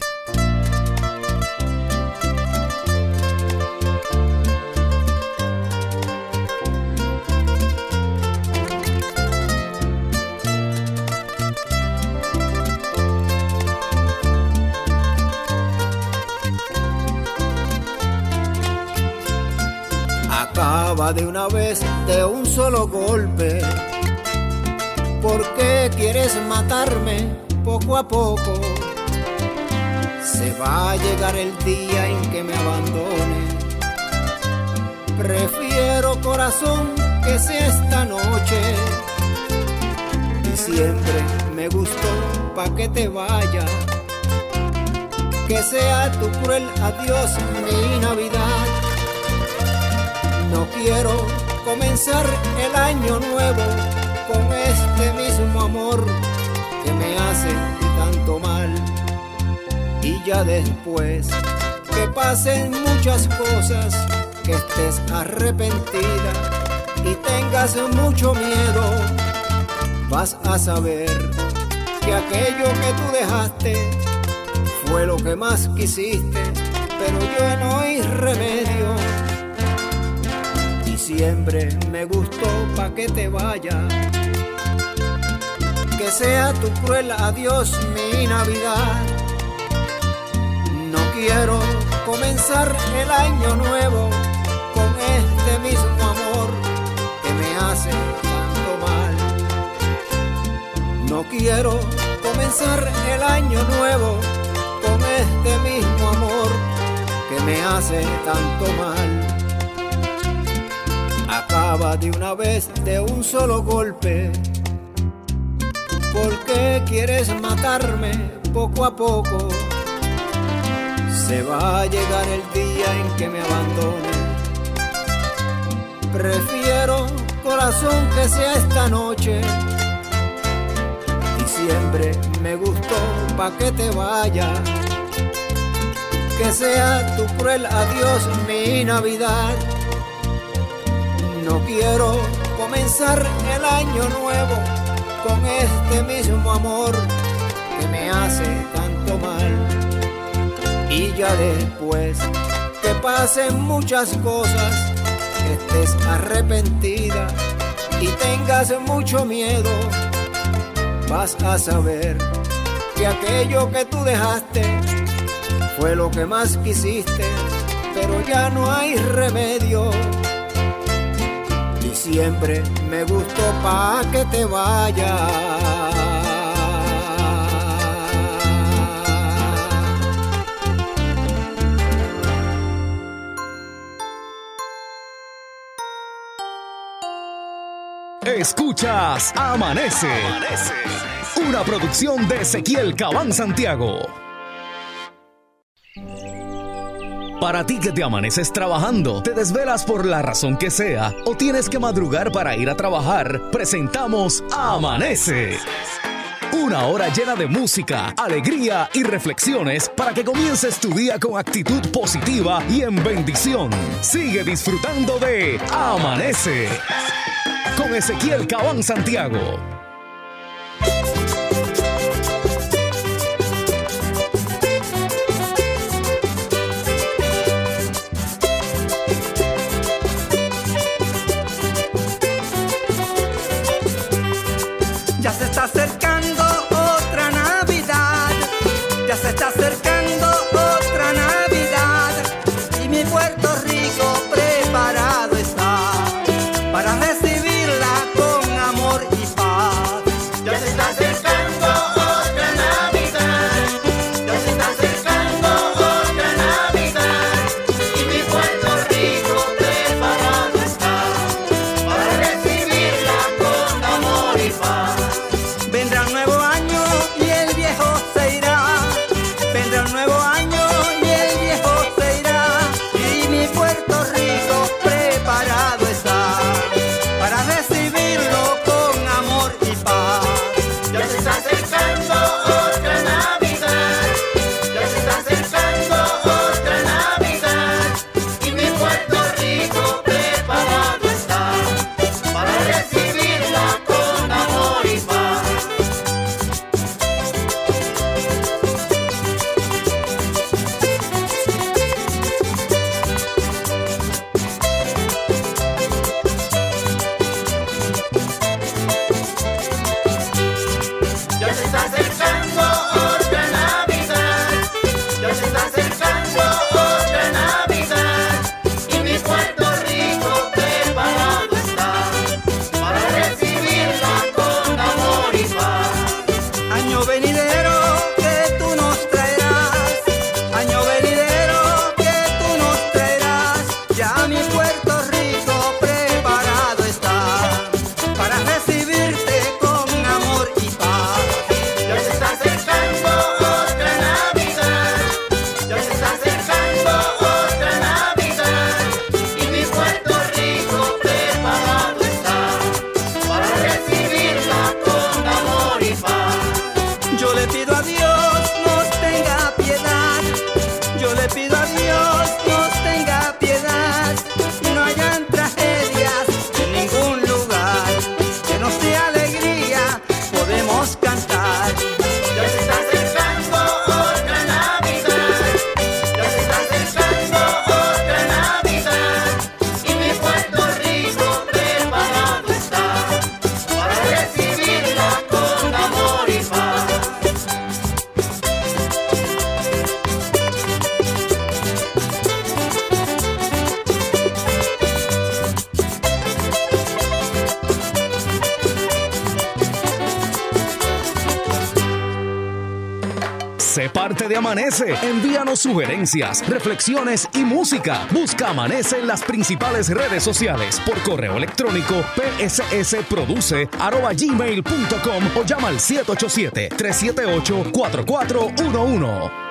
Acaba de una vez, de un solo golpe. ¿Por qué quieres matarme poco a poco? Se va a llegar el día en que me abandone. Prefiero, corazón, que sea esta noche. Y siempre me gustó pa' que te vayas. Que sea tu cruel adiós mi Navidad. No quiero comenzar el año nuevo con este mismo amor que me hace tanto mal. Y ya después que pasen muchas cosas, que estés arrepentida y tengas mucho miedo, vas a saber que aquello que tú dejaste fue lo que más quisiste, pero ya no hay remedio. Siempre me gustó pa' que te vaya. Que sea tu cruel adiós mi Navidad. No quiero comenzar el año nuevo con este mismo amor que me hace tanto mal. No quiero comenzar el año nuevo con este mismo amor que me hace tanto mal. Acaba de una vez, de un solo golpe. ¿Por qué quieres matarme poco a poco? Se va a llegar el día en que me abandone. Prefiero, corazón, que sea esta noche. Y siempre me gustó pa' que te vaya. Que sea tu cruel adiós mi Navidad. No quiero comenzar el año nuevo con este mismo amor que me hace tanto mal. Y ya después que pasen muchas cosas, que estés arrepentida y tengas mucho miedo, vas a saber que aquello que tú dejaste fue lo que más quisiste, pero ya no hay remedio. Siempre me gustó pa' que te vayas. Escuchas Amanece, Amanece, una producción de Ezequiel Cabán Santiago. Para ti que te amaneces trabajando, te desvelas por la razón que sea o tienes que madrugar para ir a trabajar, presentamos Amanece. Una hora llena de música, alegría y reflexiones para que comiences tu día con actitud positiva y en bendición. Sigue disfrutando de Amanece con Ezequiel Cabán Santiago. Ya se está acercando otra Navidad, ya se está acercando otra Navidad, y mi Puerto Rico preparado está para recibirla con amor y paz. Ya se está acercando otra Navidad, ya se está acercando otra Navidad, y mi Puerto Rico preparado está para recibirla con amor y paz. Vendrá un nuevo año y el viejo se irá. Vendrá un nuevo año y el viejo se irá. Y mi Puerto Rico preparado está para recibirlo con amor y paz. Ya se está acercando otra Navidad, ya se está acercando otra Navidad, y mi Puerto Rico preparado está para recibirla con amor y paz. Ya se está acercando otra Navidad, ya se está acercando otra Navidad, y mi Puerto Rico preparado está para recibirla con amor y paz. Año venidero que tú nos traerás, año venidero que tú nos traerás, ya mi Puerto Rico preparado está para recibirte con amor y paz. Ya se está acercando otra Navidad, ya se está acercando otra Navidad, y mi Puerto Rico preparado está para recibirla con amor y paz. Yo le pido a Dios nos tenga piedad, yo le pido a Dios nos tenga piedad, y no hayan tragedias en ningún lugar, que nos dé alegría, podemos cantar. Ya se está acercando otra Navidad, ya se está acercando otra Navidad, y mi Puerto Rico preparado está para recibirla con amor y paz. Sé parte de Amanece. Envíanos sugerencias, reflexiones y música. Busca Amanece en las principales redes sociales por correo electrónico p s s produce arroba gmail punto com o llama al siete ocho siete, tres siete ocho, cuatro cuatro uno uno.